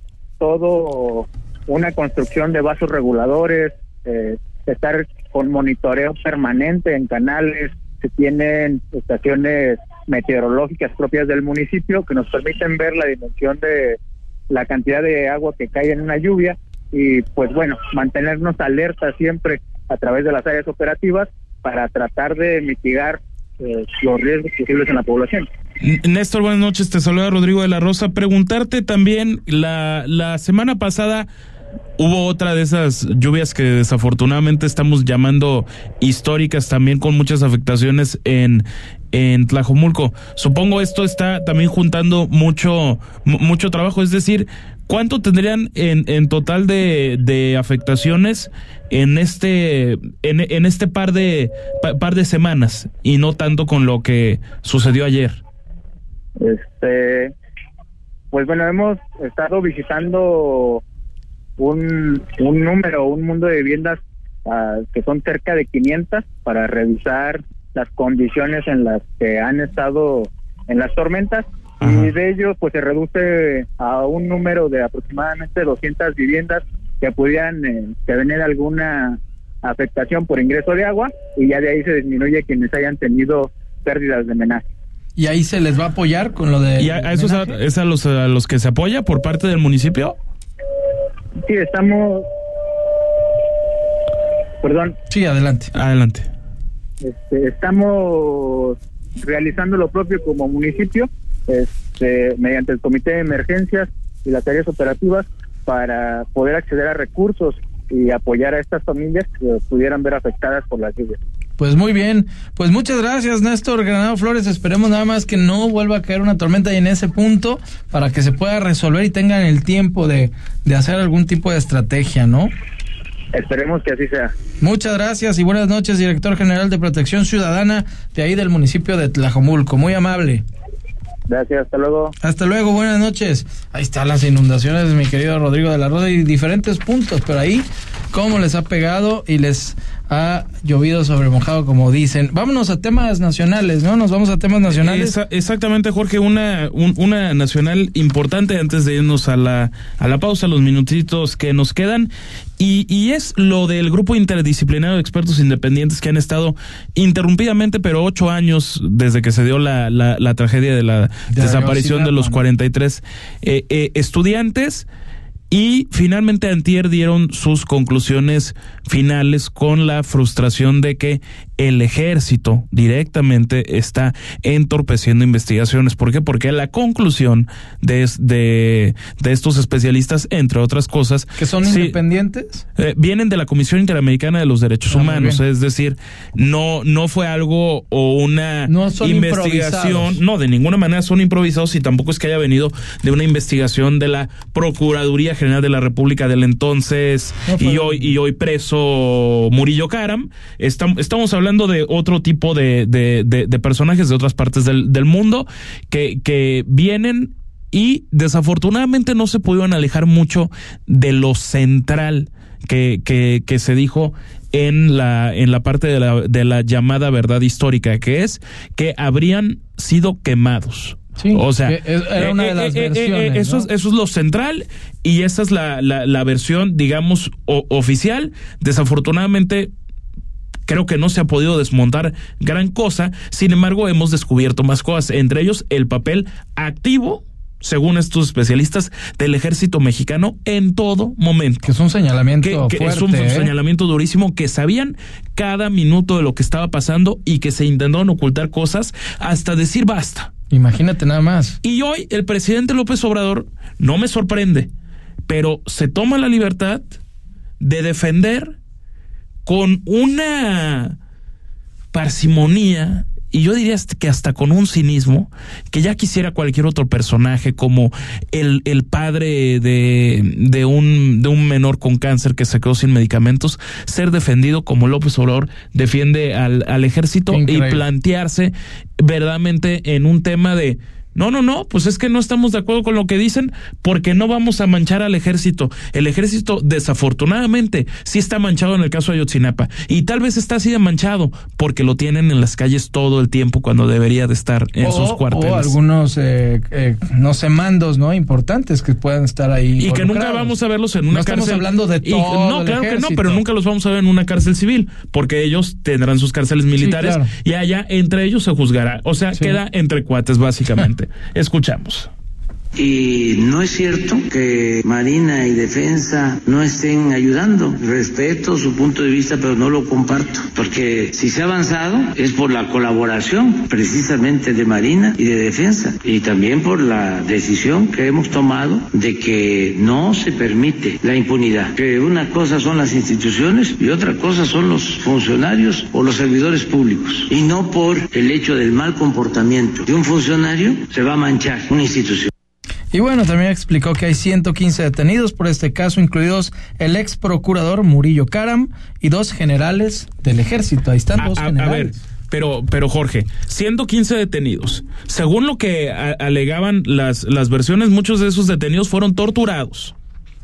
todo una construcción de vasos reguladores, eh, estar con monitoreo permanente en canales, se tienen estaciones meteorológicas propias del municipio que nos permiten ver la dimensión de la cantidad de agua que cae en una lluvia, y pues bueno, mantenernos alerta siempre a través de las áreas operativas para tratar de mitigar eh, los riesgos posibles en la población. Néstor, buenas noches, te saluda Rodrigo de la Rosa. Preguntarte también, la, la semana pasada hubo otra de esas lluvias que desafortunadamente estamos llamando históricas, también con muchas afectaciones en en Tlajomulco. Supongo esto está también juntando mucho mucho trabajo, es decir, ¿cuánto tendrían en, en total de, de afectaciones en este en, en este par de par de semanas, y no tanto con lo que sucedió ayer? Este, pues bueno, hemos estado visitando un, un número, un mundo de viviendas uh, que son cerca de quinientas para revisar las condiciones en las que han estado en las tormentas. Ajá. Y de ello pues se reduce a un número de aproximadamente doscientas viviendas que pudieran eh, tener alguna afectación por ingreso de agua, y ya de ahí se disminuye quienes hayan tenido pérdidas de menaje. ¿Y ahí se les va a apoyar con lo de... ¿Y a, a esos a, es a los, a los que se apoya por parte del municipio? Sí, estamos... Perdón. Sí, adelante. Adelante. Este, estamos realizando lo propio como municipio, este, mediante el comité de emergencias y las áreas operativas, para poder acceder a recursos y apoyar a estas familias que pudieran ver afectadas por las lluvias. Pues muy bien, pues muchas gracias, Néstor Granado Flores. Esperemos nada más que no vuelva a caer una tormenta y en ese punto, para que se pueda resolver y tengan el tiempo de, de hacer algún tipo de estrategia, ¿no? Esperemos que así sea. Muchas gracias y buenas noches, director general de Protección Ciudadana de ahí del municipio de Tlajomulco. Muy amable. Gracias, hasta luego. Hasta luego, buenas noches. Ahí están las inundaciones, mi querido Rodrigo de la Rosa, y diferentes puntos, pero ahí cómo les ha pegado y les ha llovido sobre mojado, como dicen. Vámonos a temas nacionales, ¿no? Nos vamos a temas nacionales. Esa, exactamente, Jorge, una un, una nacional importante antes de irnos a la a la pausa, los minutitos que nos quedan, y, y es lo del grupo interdisciplinario de expertos independientes que han estado interrumpidamente, pero ocho años desde que se dio la, la, la tragedia de la de desaparición la de los cuarenta y tres eh, eh, estudiantes. Y finalmente antier dieron sus conclusiones finales con la frustración de que el ejército directamente está entorpeciendo investigaciones. ¿Por qué? Porque la conclusión de, de, de estos especialistas, entre otras cosas... ¿Que son sí, independientes? Eh, vienen de la Comisión Interamericana de los Derechos ah, Humanos, es decir, no, no fue algo o una no son investigación... No, de ninguna manera son improvisados, y tampoco es que haya venido de una investigación de la Procuraduría General de la República del entonces no, y hoy y hoy preso Murillo Karam. Estamos, estamos hablando de otro tipo de, de, de, de personajes de otras partes del, del mundo que, que vienen y desafortunadamente no se pudieron alejar mucho de lo central que, que, que se dijo en la en la parte de la de la llamada verdad histórica, que es que habrían sido quemados. Sí, o sea, era una de las eh, versiones, eh, eh, eso, ¿no? es, eso es lo central y esa es la, la, la versión, digamos, o, oficial. Desafortunadamente, creo que no se ha podido desmontar gran cosa. Sin embargo, hemos descubierto más cosas, entre ellos el papel activo, según estos especialistas, del ejército mexicano en todo momento. Que es un señalamiento que, que fuerte, es un ¿eh? señalamiento durísimo, que sabían cada minuto de lo que estaba pasando y que se intentaron ocultar cosas hasta decir basta. Imagínate nada más. Y hoy el presidente López Obrador, no me sorprende, pero se toma la libertad de defender con una parsimonía, y yo diría que hasta con un cinismo, que ya quisiera cualquier otro personaje, como el, el padre de, de, un, de un menor con cáncer que se quedó sin medicamentos, ser defendido como López Obrador defiende al, al ejército. Increíble. Y plantearse verdaderamente en un tema de no, no, no, pues es que no estamos de acuerdo con lo que dicen porque no vamos a manchar al ejército. El ejército, desafortunadamente, sí está manchado en el caso de Ayotzinapa, y tal vez está así de manchado porque lo tienen en las calles todo el tiempo cuando debería de estar en o, sus cuarteles. O algunos, eh, eh, no sé, mandos, ¿no? Importantes que puedan estar ahí. Y que nunca vamos a verlos en una no cárcel. No estamos hablando de todo. Y, no, el claro ejército. que no, pero nunca los vamos a ver en una cárcel civil, porque ellos tendrán sus cárceles militares, sí, claro. Y allá entre ellos se juzgará. O sea, sí. Queda entre cuates, básicamente. Escuchamos. Y no es cierto que Marina y Defensa no estén ayudando. Respeto su punto de vista, pero no lo comparto, porque si se ha avanzado es por la colaboración precisamente de Marina y de Defensa, y también por la decisión que hemos tomado de que no se permite la impunidad, que una cosa son las instituciones y otra cosa son los funcionarios o los servidores públicos, y no por el hecho del mal comportamiento de un funcionario se va a manchar una institución. Y bueno, también explicó que hay ciento quince detenidos por este caso, incluidos el ex procurador Murillo Karam y dos generales del ejército. Ahí están a, dos a, generales. A ver, pero, pero Jorge, ciento quince detenidos. Según lo que a, alegaban las, las versiones, muchos de esos detenidos fueron torturados.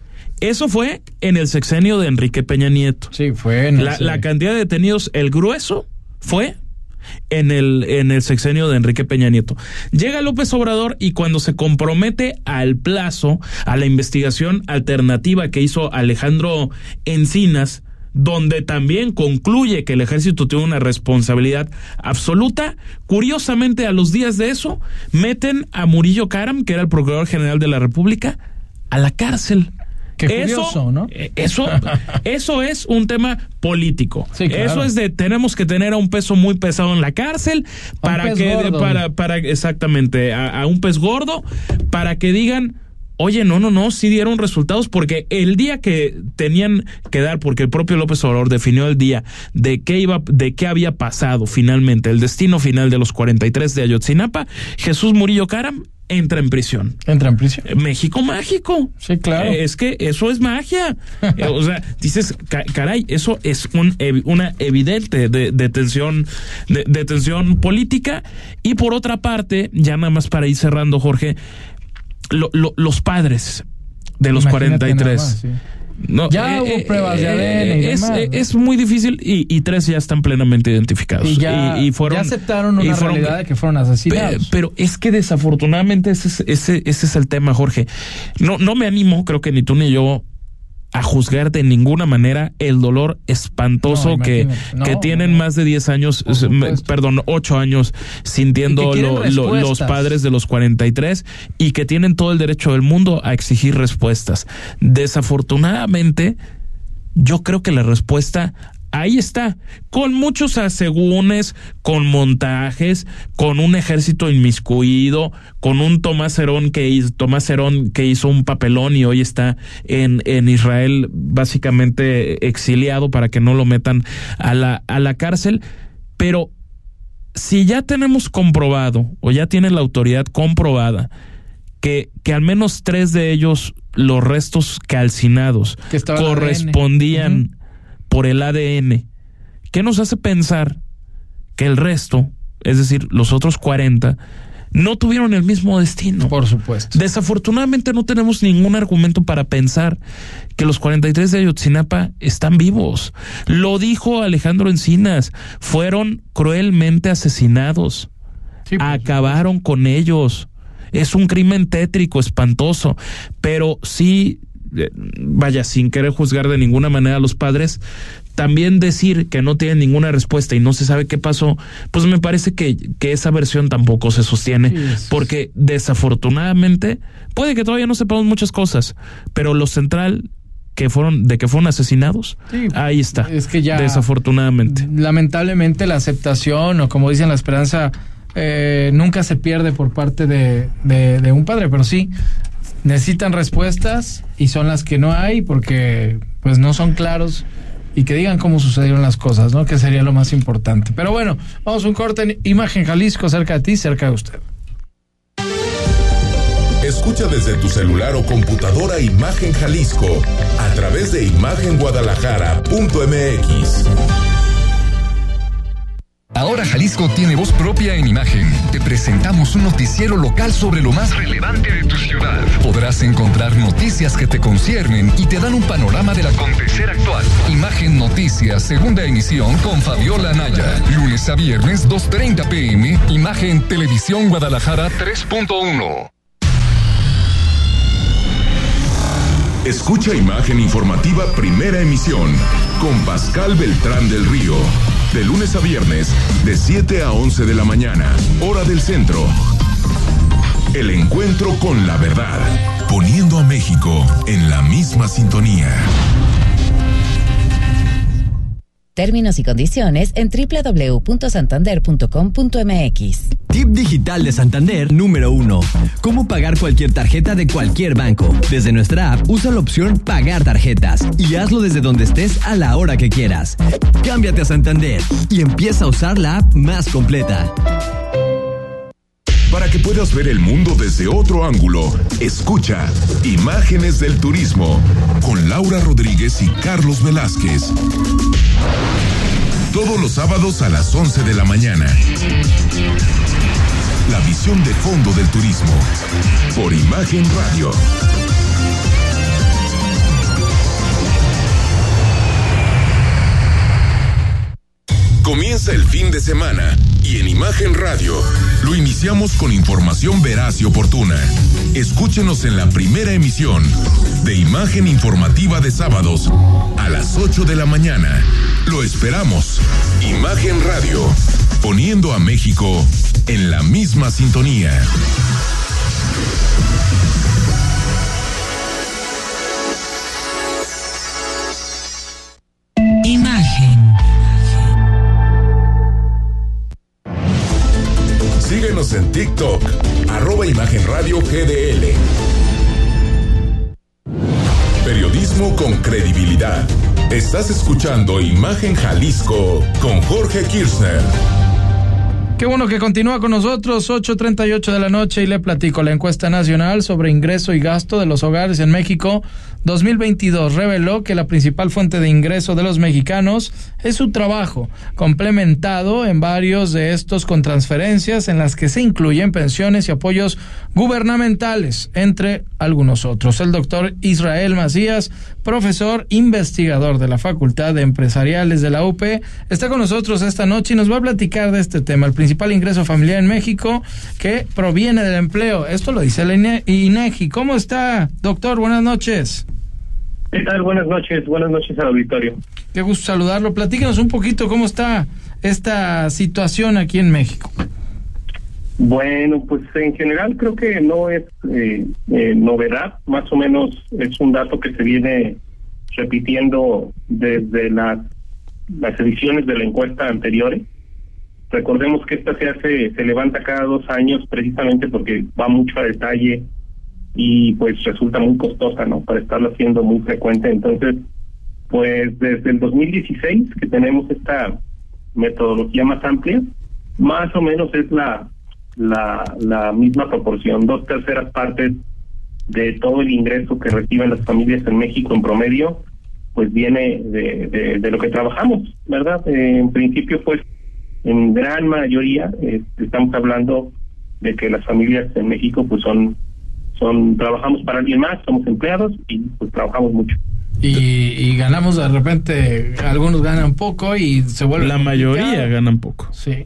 Eso fue en el sexenio de Enrique Peña Nieto. Sí, fue en la, la cantidad de detenidos, el grueso, fue en el en el sexenio de Enrique Peña Nieto. Llega López Obrador y cuando se compromete al plazo, a la investigación alternativa que hizo Alejandro Encinas, donde también concluye que el ejército tiene una responsabilidad absoluta, curiosamente a los días de eso meten a Murillo Karam, que era el Procurador General de la República, a la cárcel. Qué curioso, eso, ¿no? Eso, eso es un tema político. Sí, claro. Eso es de tenemos que tener a un peso muy pesado en la cárcel para que gordo, para para exactamente a, a un pez gordo para que digan, oye, no, no, no, sí dieron resultados, porque el día que tenían que dar, porque el propio López Obrador definió el día de qué iba, de qué había pasado finalmente, el destino final de los cuarenta y tres de Ayotzinapa, Jesús Murillo Karam entra en prisión. Entra en prisión. México mágico. Sí, claro. Eh, es que eso es magia. eh, o sea, dices, ca- caray, eso es un, ev- una evidente de, detención, de, detención política. Y por otra parte, ya nada más para ir cerrando, Jorge, lo, lo, los padres de los Imagínate cuarenta y tres. más, sí. No, ya eh, hubo eh, pruebas de A D N y es, demás, eh, ¿no? es muy difícil y, y tres ya están plenamente identificados. Y ya, y, y fueron, ya aceptaron una y fueron, realidad de que fueron asesinados. Pero, pero es que desafortunadamente ese es, ese, ese es el tema, Jorge. No, no me animo, creo que ni tú ni yo, a juzgar de ninguna manera el dolor espantoso No, que, no, que tienen no. más de diez años, eh, perdón, ocho años sintiendo lo, lo, los padres de los cuarenta y tres y que tienen todo el derecho del mundo a exigir respuestas. Desafortunadamente, yo creo que la respuesta ahí está, con muchos asegúnes, con montajes, con un ejército inmiscuido, con un Tomás Herón que hizo, Tomás Herón que hizo un papelón y hoy está en, en Israel básicamente exiliado para que no lo metan a la, a la cárcel. Pero si ya tenemos comprobado, o ya tiene la autoridad comprobada, que, que al menos tres de ellos, los restos calcinados, correspondían por el A D N, ¿qué nos hace pensar que el resto, es decir, los otros cuarenta, no tuvieron el mismo destino. Por supuesto. Desafortunadamente no tenemos ningún argumento para pensar que los cuarenta y tres de Ayotzinapa están vivos. Lo dijo Alejandro Encinas, fueron cruelmente asesinados. Sí, acabaron con ellos. Es un crimen tétrico, espantoso, pero sí, vaya, sin querer juzgar de ninguna manera a los padres, también decir que no tienen ninguna respuesta y no se sabe qué pasó, pues me parece que, que esa versión tampoco se sostiene, sí, porque desafortunadamente puede que todavía no sepamos muchas cosas, pero lo central que fueron de que fueron asesinados, sí, ahí está. Es que ya desafortunadamente, lamentablemente la aceptación, o como dicen, la esperanza eh, nunca se pierde por parte de, de, de un padre, pero sí necesitan respuestas y son las que no hay porque pues no son claros. Y que digan cómo sucedieron las cosas, ¿no? Que sería lo más importante. Pero bueno, vamos a un corte en Imagen Jalisco, cerca de ti, cerca de usted. Escucha desde tu celular o computadora Imagen Jalisco a través de imagen guadalajara punto m x. Ahora Jalisco tiene voz propia en Imagen. Te presentamos un noticiero local sobre lo más relevante de tu ciudad. Podrás encontrar noticias que te conciernen y te dan un panorama del acontecer actual. Imagen Noticias, segunda emisión con Fabiola Naya. Lunes a viernes, dos treinta pm. Imagen Televisión Guadalajara tres punto uno. Escucha Imagen Informativa Primera Emisión con Pascal Beltrán del Río. De lunes a viernes, de siete a once de la mañana, hora del centro. El encuentro con la verdad, poniendo a México en la misma sintonía. Términos y condiciones en doble u doble u doble u punto santander punto com punto m x. Tip digital de Santander número uno. ¿Cómo pagar cualquier tarjeta de cualquier banco? Desde nuestra app, usa la opción Pagar tarjetas y hazlo desde donde estés a la hora que quieras. Cámbiate a Santander y empieza a usar la app más completa. Para que puedas ver el mundo desde otro ángulo, escucha Imágenes del Turismo con Laura Rodríguez y Carlos Velázquez. Todos los sábados a las once de la mañana. La visión de fondo del turismo por Imagen Radio. Comienza el fin de semana y en Imagen Radio lo iniciamos con información veraz y oportuna. Escúchenos en la primera emisión de Imagen Informativa de sábados a las ocho de la mañana. Lo esperamos. Imagen Radio, poniendo a México en la misma sintonía. Imagen. Síguenos en TikTok, arroba Imagen Radio G D L. Periodismo con credibilidad. Estás escuchando Imagen Jalisco con Jorge Kirchner. Qué bueno que continúa con nosotros, ocho treinta y ocho de la noche, y le platico. La encuesta nacional sobre ingreso y gasto de los hogares en México dos mil veintidós reveló que la principal fuente de ingreso de los mexicanos es su trabajo, complementado en varios de estos con transferencias en las que se incluyen pensiones y apoyos gubernamentales, entre algunos otros. El doctor Israel Macías, profesor investigador de la Facultad de Empresariales de la U P, está con nosotros esta noche y nos va a platicar de este tema, el principal ingreso familiar en México, que proviene del empleo. Esto lo dice el INEGI. ¿Cómo está, doctor? Buenas noches. ¿Qué tal? Buenas noches, buenas noches al auditorio. Qué gusto saludarlo. Platícanos un poquito cómo está esta situación aquí en México. Bueno, pues en general creo que no es eh, eh, novedad, más o menos es un dato que se viene repitiendo desde las, las ediciones de la encuesta anteriores. Recordemos que esta se hace, se levanta cada dos años precisamente porque va mucho a detalle y pues resulta muy costosa, ¿no? Para estarlo haciendo muy frecuente. Entonces, pues desde el dos mil dieciséis que tenemos esta metodología más amplia, más o menos es la la la misma proporción, dos terceras partes de todo el ingreso que reciben las familias en México en promedio, pues viene de, de, de lo que trabajamos, ¿verdad? Eh, en principio, pues, en gran mayoría, eh, estamos hablando de que las familias en México pues son, son trabajamos para alguien más, somos empleados y pues trabajamos mucho. Y, y ganamos de repente, algunos ganan poco y se vuelve la complicado. Mayoría ganan poco. Sí.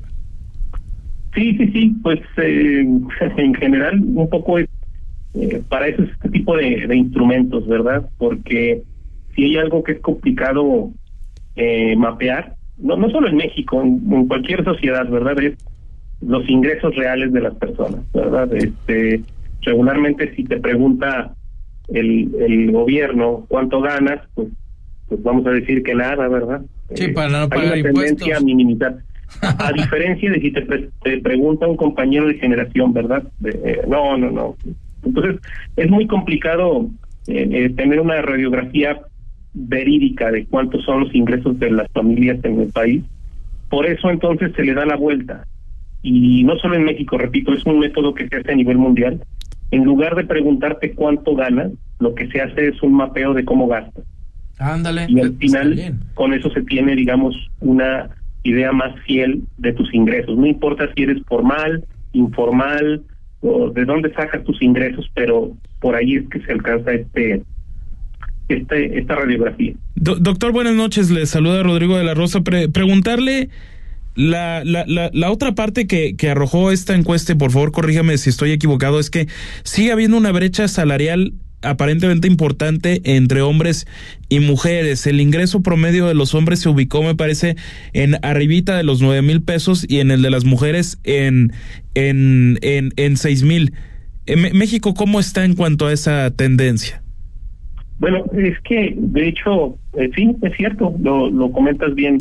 Sí, sí, sí, pues eh, en general un poco es, eh, para eso es este tipo de, de instrumentos, ¿verdad? Porque si hay algo que es complicado eh, mapear, no no solo en México, en, en cualquier sociedad, ¿verdad? Es los ingresos reales de las personas, ¿verdad? Este, regularmente si te pregunta el, el gobierno cuánto ganas, pues, pues vamos a decir que nada, ¿verdad? Sí, para no pagar hay una impuestos. tendencia a minimizar. A diferencia de si te, pre- te pregunta un compañero de generación, ¿verdad? De, eh, no, no, no. Entonces, es muy complicado eh, eh, tener una radiografía verídica de cuántos son los ingresos de las familias en el país. Por eso, entonces, se le da la vuelta. Y no solo en México, repito, es un método que se hace a nivel mundial. En lugar de preguntarte cuánto ganas, lo que se hace es un mapeo de cómo gastas. Ándale. Y al final, con eso se tiene, digamos, una idea más fiel de tus ingresos. No importa si eres formal, informal, o de dónde sacas tus ingresos, pero por ahí es que se alcanza este, este esta radiografía. Do- doctor, buenas noches. Le saluda Rodrigo de la Rosa. Pre- preguntarle la, la, la, la otra parte que, que arrojó esta encuesta, y por favor corríjame si estoy equivocado, es que sigue habiendo una brecha salarial aparentemente importante entre hombres y mujeres. El ingreso promedio de los hombres se ubicó, me parece, en arribita de los nueve mil pesos y en el de las mujeres en en en, en seis mil. En México, ¿cómo está en cuanto a esa tendencia? Bueno, es que de hecho, eh, sí, es cierto, lo, lo comentas bien.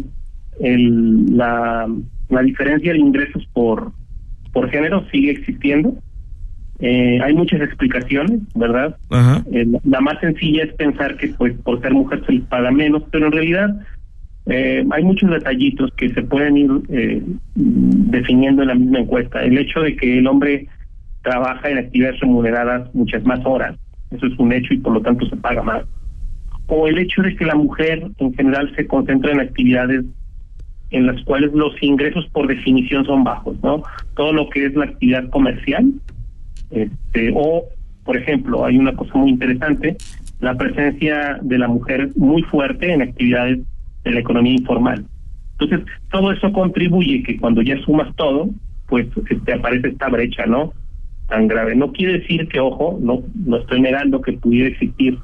El, la, la diferencia de ingresos por por género sigue existiendo. Eh, hay muchas explicaciones, ¿verdad? Ajá. Eh, la, la más sencilla es pensar que pues por ser mujer se les paga menos, pero en realidad eh, hay muchos detallitos que se pueden ir eh, definiendo en la misma encuesta. El hecho de que el hombre trabaja en actividades remuneradas muchas más horas, eso es un hecho y por lo tanto se paga más. O el hecho de que la mujer en general se concentra en actividades en las cuales los ingresos por definición son bajos, ¿no? Todo lo que es la actividad comercial. Este, o, por ejemplo, hay una cosa muy interesante, la presencia de la mujer muy fuerte en actividades de la economía informal. Entonces, todo eso contribuye que cuando ya sumas todo, pues este, aparece esta brecha, ¿no? Tan grave. No quiere decir que, ojo, no no estoy negando que pudiera existir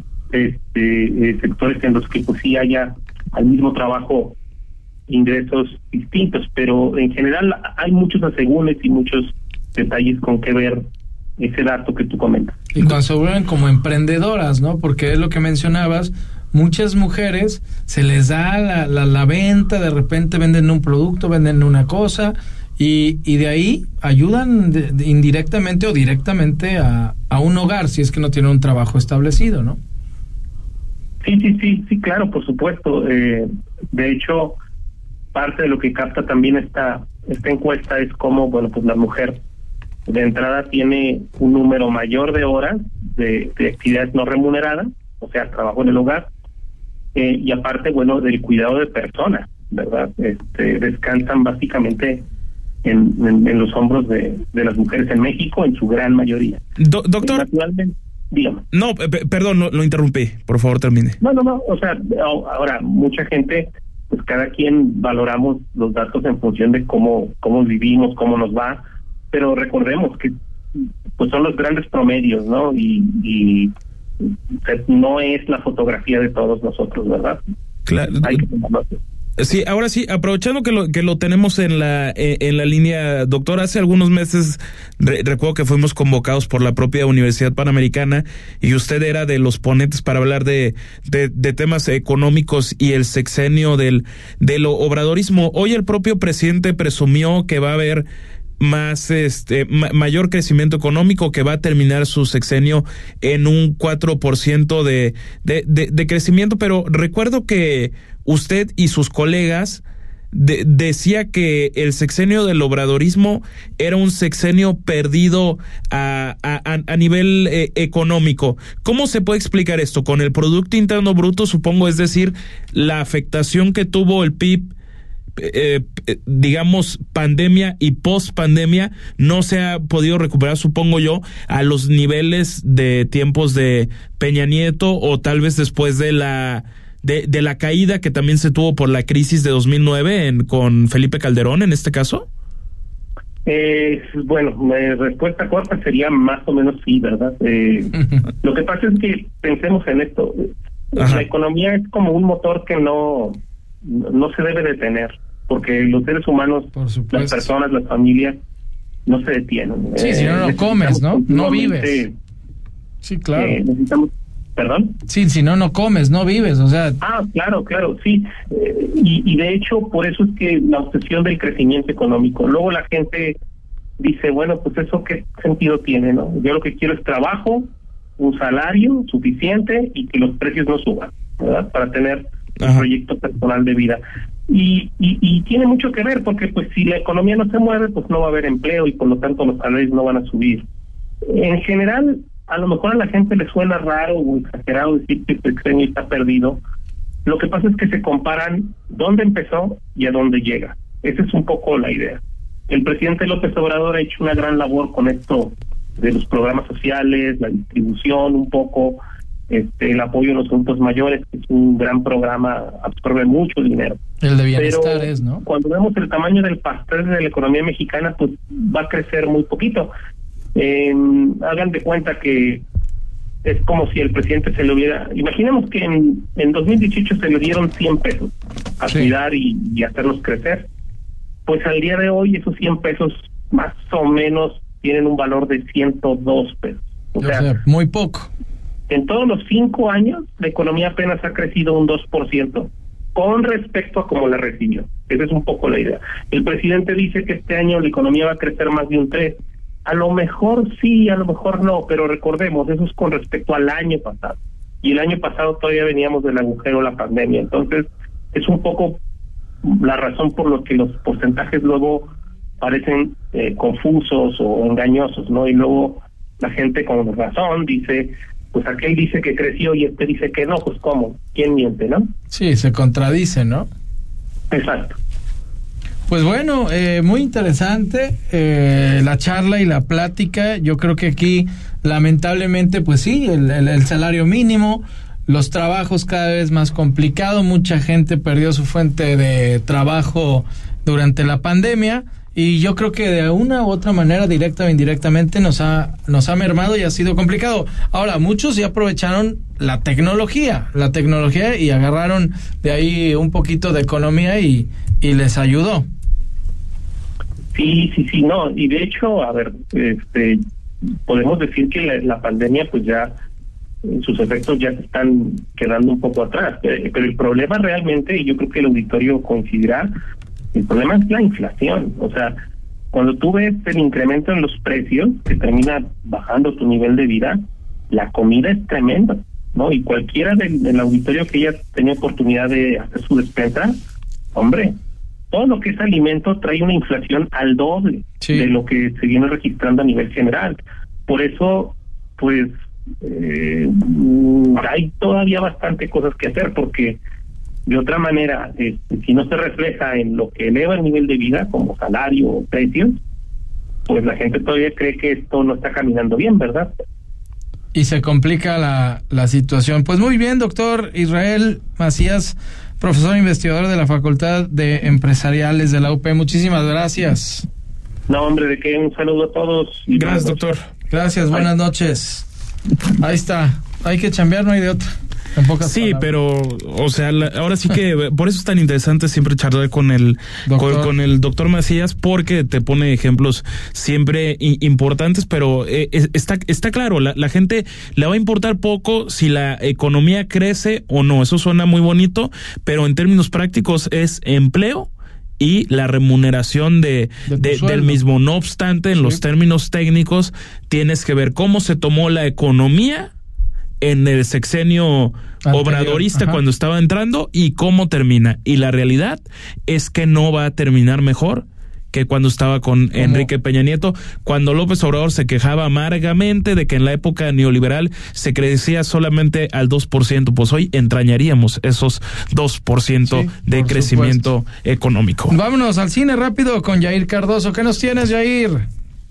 este eh, sectores en los que pues sí haya al mismo trabajo ingresos distintos, pero en general hay muchos asegúnes y muchos detalles con que ver ese dato que tú comentas. Y cuando se vuelven como emprendedoras, ¿no? Porque es lo que mencionabas, muchas mujeres se les da la, la, la venta, de repente venden un producto, venden una cosa, y, y de ahí ayudan de, de indirectamente o directamente a, a un hogar, si es que no tiene un trabajo establecido, ¿no? Sí, sí, sí, sí, claro, por supuesto. Eh, de hecho, parte de lo que capta también esta, esta encuesta es cómo, bueno, pues la mujer de entrada tiene un número mayor de horas de, de actividades no remuneradas, o sea, trabajo en el hogar, eh, y aparte, bueno, del cuidado de personas, ¿verdad? Este, descansan básicamente en, en, en los hombros de, de las mujeres en México, en su gran mayoría. Do, doctor, eh, naturalmente, dígame. No, p- perdón, lo, lo interrumpí, por favor termine. No, no, no, o sea, ahora, mucha gente, pues cada quien valoramos los datos en función de cómo, cómo vivimos, cómo nos va, pero recordemos que pues son los grandes promedios, ¿no? Y, y no es la fotografía de todos nosotros, ¿verdad? Claro. Hay que tomarlo así. Sí, ahora sí, aprovechando que lo que lo tenemos en la eh, en la línea, doctor, hace algunos meses re, recuerdo que fuimos convocados por la propia Universidad Panamericana y usted era de los ponentes para hablar de de, de temas económicos y el sexenio del del obradorismo. Hoy el propio presidente presumió que va a haber más este ma- mayor crecimiento económico, que va a terminar su sexenio en un cuatro por ciento de, de, de, de crecimiento, pero recuerdo que usted y sus colegas de, decía que el sexenio del obradorismo era un sexenio perdido a, a, a nivel eh, económico. ¿Cómo se puede explicar esto? Con el Producto Interno Bruto, supongo, es decir, la afectación que tuvo el P I B Eh, eh, digamos, pandemia y post pandemia no se ha podido recuperar, supongo yo, a los niveles de tiempos de Peña Nieto o tal vez después de la de, de la caída que también se tuvo por la crisis de dos mil nueve en, con Felipe Calderón en este caso? Eh, bueno, mi respuesta corta sería más o menos sí, ¿verdad? Eh, lo que pasa es que pensemos en esto. Ajá. La economía es como un motor que no, no se debe detener, porque los seres humanos, las personas, las familias, no se detienen. Sí, eh, si no, no comes, ¿no? No vives. Sí, claro. Eh, necesitamos... ¿Perdón? Sí, si no, no comes, no vives, o sea... Ah, claro, claro, sí. Eh, y, y de hecho, por eso es que la obsesión del crecimiento económico. Luego la gente dice, bueno, pues eso qué sentido tiene, ¿no? Yo lo que quiero es trabajo, un salario suficiente y que los precios no suban, ¿verdad? Para tener Ajá. un proyecto personal de vida. Y, y, y tiene mucho que ver, porque pues si la economía no se mueve, pues no va a haber empleo y por lo tanto los salarios no van a subir. En general... A lo mejor a la gente le suena raro o exagerado decir que el sexenio está perdido. Lo que pasa es que se comparan dónde empezó y a dónde llega. Esa es un poco la idea. El presidente López Obrador ha hecho una gran labor con esto de los programas sociales, la distribución un poco, este, el apoyo a los adultos mayores, que es un gran programa, absorbe mucho dinero. El de bienestar Pero es, ¿no? Cuando vemos el tamaño del pastel de la economía mexicana, pues va a crecer muy poquito. Eh, hagan de cuenta que es como si el presidente se le hubiera... Imaginemos que en, en dos mil dieciocho se le dieron cien pesos a sí. cuidar y, y hacerlos crecer. Pues al día de hoy esos cien pesos más o menos tienen un valor de ciento dos pesos. O, o sea, sea, muy poco. En todos los cinco años la economía apenas ha crecido un dos por ciento con respecto a cómo la recibió. Esa es un poco la idea. El presidente dice que este año la economía va a crecer más de un tres por ciento. A lo mejor sí, a lo mejor no, pero recordemos, eso es con respecto al año pasado. Y el año pasado todavía veníamos del agujero, la pandemia. Entonces, es un poco la razón por la que los porcentajes luego parecen eh, confusos o engañosos, ¿no? Y luego la gente con razón dice, pues aquel dice que creció y este dice que no, pues ¿cómo? ¿Quién miente, no? Sí, se contradice, ¿no? Exacto. Pues bueno, eh, muy interesante eh, la charla y la plática. Yo creo que aquí, lamentablemente, pues sí, el, el, el salario mínimo, los trabajos cada vez más complicados, mucha gente perdió su fuente de trabajo durante la pandemia y yo creo que de una u otra manera, directa o indirectamente, nos ha, nos ha mermado y ha sido complicado. Ahora, muchos ya aprovecharon la tecnología, la tecnología y agarraron de ahí un poquito de economía y, y les ayudó. Sí, sí, sí, no, y de hecho, a ver, este, podemos decir que la, la pandemia, pues ya, sus efectos ya se están quedando un poco atrás, pero, pero el problema realmente, y yo creo que el auditorio coincidirá, el problema es la inflación. O sea, cuando tú ves el incremento en los precios, que termina bajando tu nivel de vida, la comida es tremenda, ¿no? Y cualquiera del, del auditorio que haya tenido oportunidad de hacer su despensa, hombre, todo lo que es alimento trae una inflación al doble sí. de lo que se viene registrando a nivel general. Por eso, pues, eh, hay todavía bastante cosas que hacer, porque de otra manera, este, si no se refleja en lo que eleva el nivel de vida, como salario o precios, pues la gente todavía cree que esto no está caminando bien, ¿verdad? Y se complica la, la situación. Pues muy bien, doctor Israel Macías, profesor investigador de la Facultad de Empresariales de la U P. Muchísimas gracias. No, hombre, de qué, un saludo a todos. Y gracias, doctor. Gracias, buenas noches. Ahí está, hay que chambear, no hay de otra. Sí, palabras. Pero, o sea, la, ahora sí que por eso es tan interesante siempre charlar con el doctor. Con, con el doctor Macías, porque te pone ejemplos siempre i, importantes, pero eh, está está claro, la, la gente le va a importar poco si la economía crece o no. Eso suena muy bonito, pero en términos prácticos es empleo y la remuneración de, de, de del mismo. No obstante, en sí. los términos técnicos, tienes que ver cómo se tomó la economía en el sexenio anterior, obradorista ajá. cuando estaba entrando y cómo termina. Y la realidad es que no va a terminar mejor que cuando estaba con ¿Cómo? Enrique Peña Nieto, cuando López Obrador se quejaba amargamente de que en la época neoliberal se crecía solamente al dos por ciento, pues hoy entrañaríamos esos dos por ciento sí, de por crecimiento supuesto. económico. Vámonos al cine rápido con Yair Cardoso. ¿Qué nos tienes, Yair?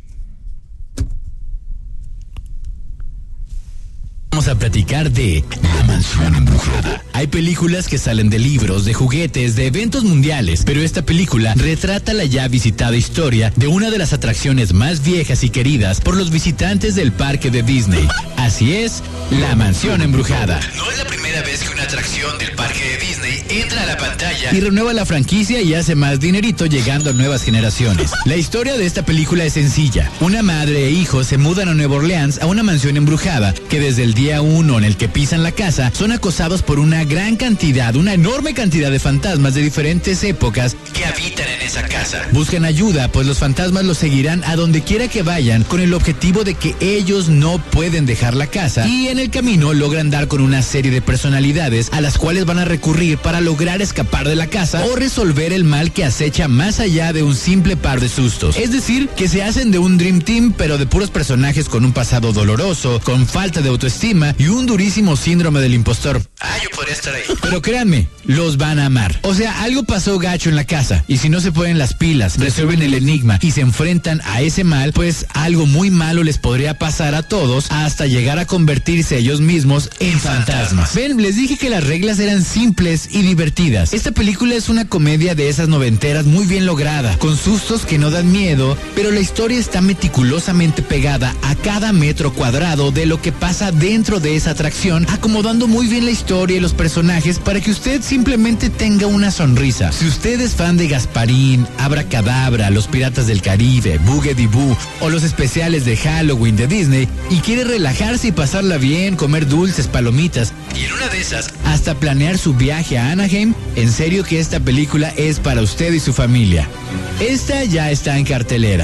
Vamos a platicar de La Mansión Embrujada. Hay películas que salen de libros, de juguetes, de eventos mundiales, pero esta película retrata la ya visitada historia de una de las atracciones más viejas y queridas por los visitantes del parque de Disney. Así es, La Mansión Embrujada. No es la primera vez que una atracción del parque de Disney entra a la pantalla y renueva la franquicia y hace más dinerito llegando a nuevas generaciones. La historia de esta película es sencilla. Una madre e hijo se mudan a Nueva Orleans a una mansión embrujada que desde el día uno en el que pisan la casa son acosados por una gran cantidad, una enorme cantidad de fantasmas de diferentes épocas que habitan en esa casa. Buscan ayuda, pues los fantasmas los seguirán a donde quiera que vayan con el objetivo de que ellos no pueden dejar la casa, y en el camino logran dar con una serie de personalidades a las cuales van a recurrir para lograr escapar de la casa o resolver el mal que acecha más allá de un simple par de sustos. Es decir, que se hacen de un Dream Team, pero de puros personajes con un pasado doloroso, con falta de autoestima y un durísimo síndrome del impostor. Ah, yo podría estar ahí. Pero créanme, los van a amar. O sea, algo pasó gacho en la casa, y si no se ponen las pilas, resuelven el enigma y se enfrentan a ese mal, pues algo muy malo les podría pasar a todos hasta llegar a convertirse ellos mismos en fantasmas. Ven, les dije que las reglas eran simples y divertidas. Esta película es una comedia de esas noventeras muy bien lograda, con sustos que no dan miedo, pero la historia está meticulosamente pegada a cada metro cuadrado de lo que pasa dentro de esa atracción, acomodando muy bien la historia y los personajes para que usted simplemente tenga una sonrisa. Si usted es fan de Gasparín, Abracadabra, Los Piratas del Caribe, Boogedy Boo o los especiales de Halloween de Disney y quiere relajarse y pasarla bien, comer dulces, palomitas y en una de esas hasta planear su viaje a Anaheim, en serio que esta película es para usted y su familia. Esta ya está en cartelera.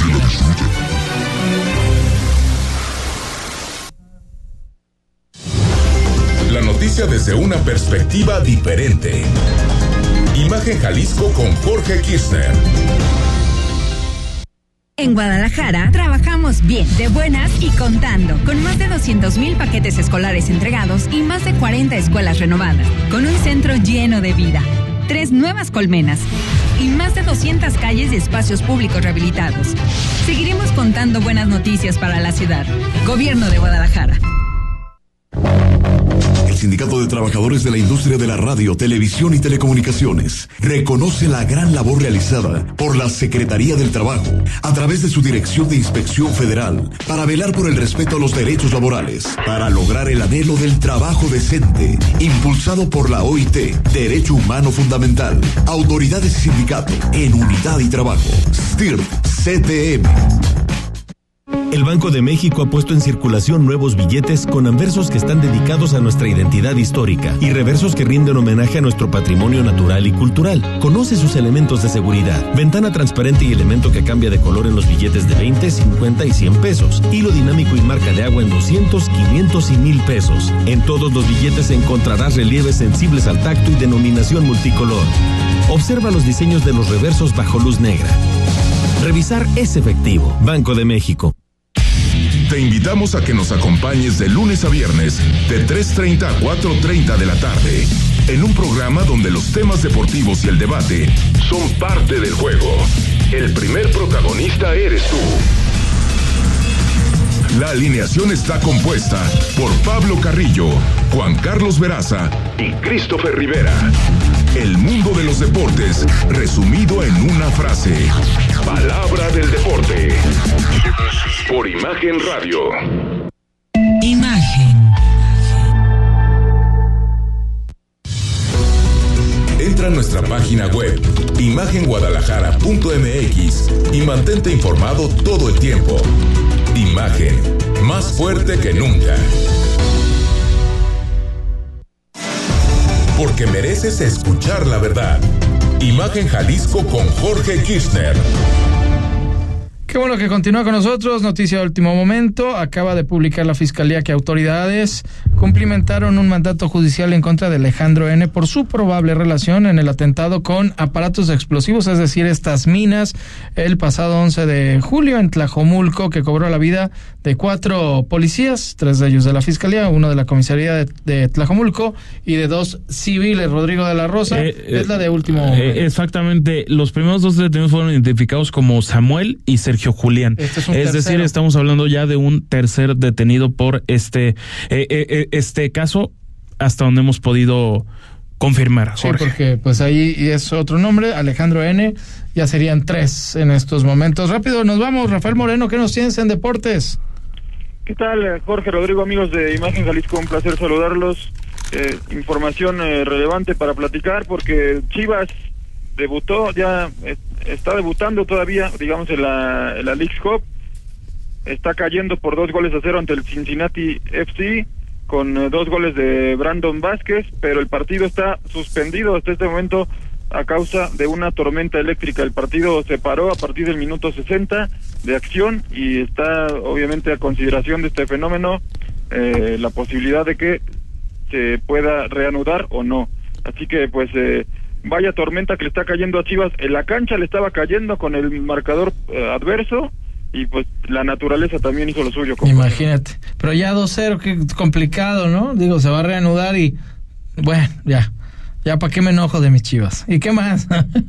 Noticia desde una perspectiva diferente. Imagen Jalisco con Jorge Kirchner. En Guadalajara trabajamos bien, de buenas y contando, con más de doscientos mil paquetes escolares entregados y más de cuarenta escuelas renovadas, con un centro lleno de vida, tres nuevas colmenas y más de doscientas calles y espacios públicos rehabilitados. Seguiremos contando buenas noticias para la ciudad. Gobierno de Guadalajara. El Sindicato de Trabajadores de la Industria de la Radio, Televisión y Telecomunicaciones reconoce la gran labor realizada por la Secretaría del Trabajo a través de su Dirección de Inspección Federal para velar por el respeto a los derechos laborales, para lograr el anhelo del trabajo decente, impulsado por la O I T, Derecho Humano Fundamental, autoridades y sindicato en unidad y trabajo. S T I R C T M. El Banco de México ha puesto en circulación nuevos billetes con anversos que están dedicados a nuestra identidad histórica y reversos que rinden homenaje a nuestro patrimonio natural y cultural. Conoce sus elementos de seguridad: ventana transparente y elemento que cambia de color en los billetes de veinte, cincuenta y cien pesos. Hilo dinámico y marca de agua en doscientos, quinientos y mil pesos. En todos los billetes encontrarás relieves sensibles al tacto y denominación multicolor. Observa los diseños de los reversos bajo luz negra. Revisar es efectivo. Banco de México. Te invitamos a que nos acompañes de lunes a viernes de tres treinta a cuatro treinta de la tarde en un programa donde los temas deportivos y el debate son parte del juego. El primer protagonista eres tú. La alineación está compuesta por Pablo Carrillo, Juan Carlos Veraza y Christopher Rivera. El mundo de los deportes resumido en una frase. Palabra del deporte. Por Imagen Radio. Imagen. Entra a nuestra página web imagen guadalajara punto m x y mantente informado todo el tiempo. Imagen, más fuerte que nunca. Porque mereces escuchar la verdad. Imagen Jalisco con Jorge Kirchner. Qué bueno que continúa con nosotros. Noticia de último momento. Acaba de publicar la Fiscalía que autoridades cumplimentaron un mandato judicial en contra de Alejandro N. por su probable relación en el atentado con aparatos explosivos, es decir, estas minas, el pasado once de julio en Tlajomulco, que cobró la vida de cuatro policías, tres de ellos de la Fiscalía, uno de la comisaría de, de Tlajomulco y de dos civiles. Rodrigo de la Rosa, eh, es la de último momento. Eh, exactamente. Los primeros dos detenidos fueron identificados como Samuel y Sergio Julián. Este es, es decir, estamos hablando ya de un tercer detenido por este eh, eh, este caso, hasta donde hemos podido confirmar, Jorge. Sí, porque pues ahí es otro nombre, Alejandro N. Ya serían tres en estos momentos. Rápido, nos vamos. Rafael Moreno, ¿qué nos tienes en deportes? ¿Qué tal, Jorge, Rodrigo, amigos de Imagen Jalisco? Un placer saludarlos. Eh, información eh, relevante para platicar, porque Chivas debutó, ya eh, está debutando todavía, digamos, en la, en la Leagues Cup. Está cayendo por dos goles a cero ante el Cincinnati F C, con eh, dos goles de Brandon Vázquez, pero el partido está suspendido hasta este momento a causa de una tormenta eléctrica. El partido se paró a partir del minuto sesenta de acción y está obviamente a consideración de este fenómeno eh, la posibilidad de que se pueda reanudar o no. Así que pues eh, vaya tormenta que le está cayendo a Chivas. En la cancha le estaba cayendo con el marcador eh, adverso, y pues la naturaleza también hizo lo suyo. Imagínate, pero ya dos cero, qué complicado, ¿no? Digo, se va a reanudar y bueno, ya, ya para qué me enojo de mis Chivas. ¿Y qué más?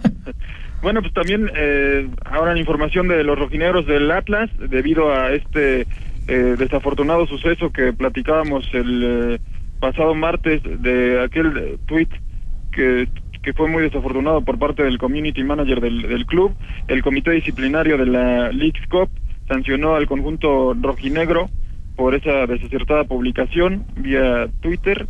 Bueno, pues también eh, ahora en información de los rojinegros del Atlas, debido a este eh, desafortunado suceso que platicábamos el eh, pasado martes, de aquel eh, tuit que que fue muy desafortunado por parte del community manager del, del club. El comité disciplinario de la Leagues Cup sancionó al conjunto rojinegro por esa desacertada publicación vía Twitter,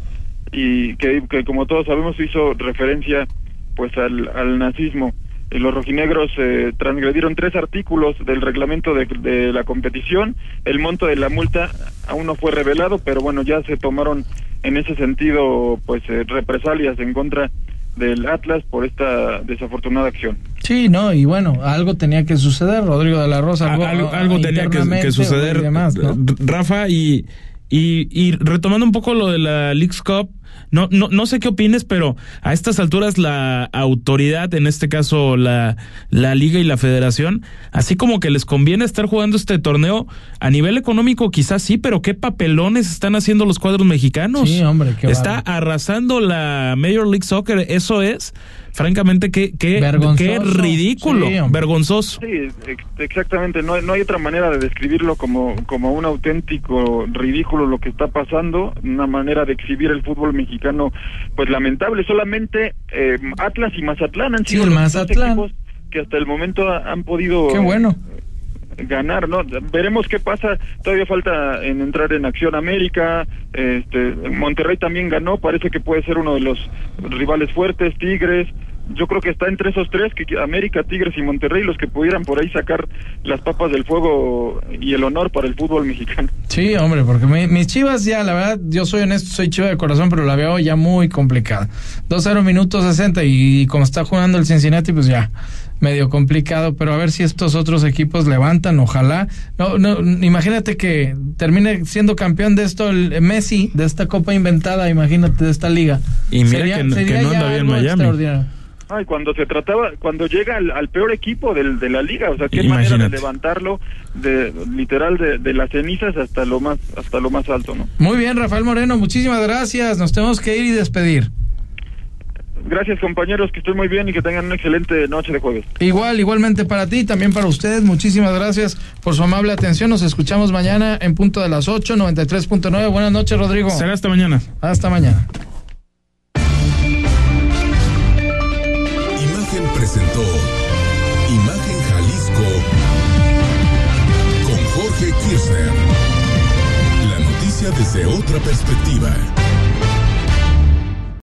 y que, que como todos sabemos hizo referencia pues al, al nazismo. Eh, los rojinegros eh, transgredieron tres artículos del reglamento de, de la competición. El monto de la multa aún no fue revelado, pero bueno, ya se tomaron en ese sentido pues eh, represalias en contra del Atlas por esta desafortunada acción. Sí, no, y bueno, algo tenía que suceder, Rodrigo de la Rosa. Algo, algo, algo tenía que, que suceder, demás, ¿no? Rafa, y, y, y retomando un poco lo de la Leagues Cup, no, no, no sé qué opines, pero a estas alturas la autoridad, en este caso la, la Liga y la Federación, así como que les conviene estar jugando este torneo a nivel económico, quizás sí, pero qué papelones están haciendo los cuadros mexicanos. Sí, hombre, qué Está vale. arrasando la Major League Soccer, eso es, francamente, qué, qué, qué ridículo, sí, vergonzoso. Sí, ex- exactamente, no, no hay otra manera de describirlo como, como un auténtico ridículo lo que está pasando, una manera de exhibir el fútbol mexicano, pues lamentable. Solamente eh, Atlas y Mazatlán han sido sí, los Mazatlán. dos equipos que hasta el momento ha, han podido qué bueno. eh, ganar, ¿no? Veremos qué pasa, todavía falta en entrar en acción América, este Monterrey también ganó, parece que puede ser uno de los rivales fuertes, Tigres. Yo creo que está entre esos tres, que América, Tigres y Monterrey, los que pudieran por ahí sacar las papas del fuego y el honor para el fútbol mexicano. Sí, hombre, porque mi, mis Chivas ya, la verdad, yo soy honesto, soy Chiva de corazón, pero la veo ya muy complicada. dos cero minutos sesenta, y como está jugando el Cincinnati, pues ya, medio complicado, pero a ver si estos otros equipos levantan, ojalá. No, no, imagínate que termine siendo campeón de esto el Messi, de esta copa inventada, imagínate, de esta liga. Y mira sería, que, sería que no anda bien Miami. Ay, cuando se trataba, cuando llega al, al peor equipo del, de la liga, o sea, qué Imagínate. manera de levantarlo, de literal de, de las cenizas hasta lo más hasta lo más alto, ¿no? Muy bien, Rafael Moreno, muchísimas gracias. Nos tenemos que ir y despedir. Gracias, compañeros, que estén muy bien y que tengan una excelente noche de jueves. Igual, igualmente para ti, también para ustedes. Muchísimas gracias por su amable atención. Nos escuchamos mañana en punto de las ocho, noventa y tres punto nueve. Buenas noches, Rodrigo. Será hasta mañana. Hasta mañana. Presentó Imagen Jalisco con Jorge Kirchner. La noticia desde otra perspectiva.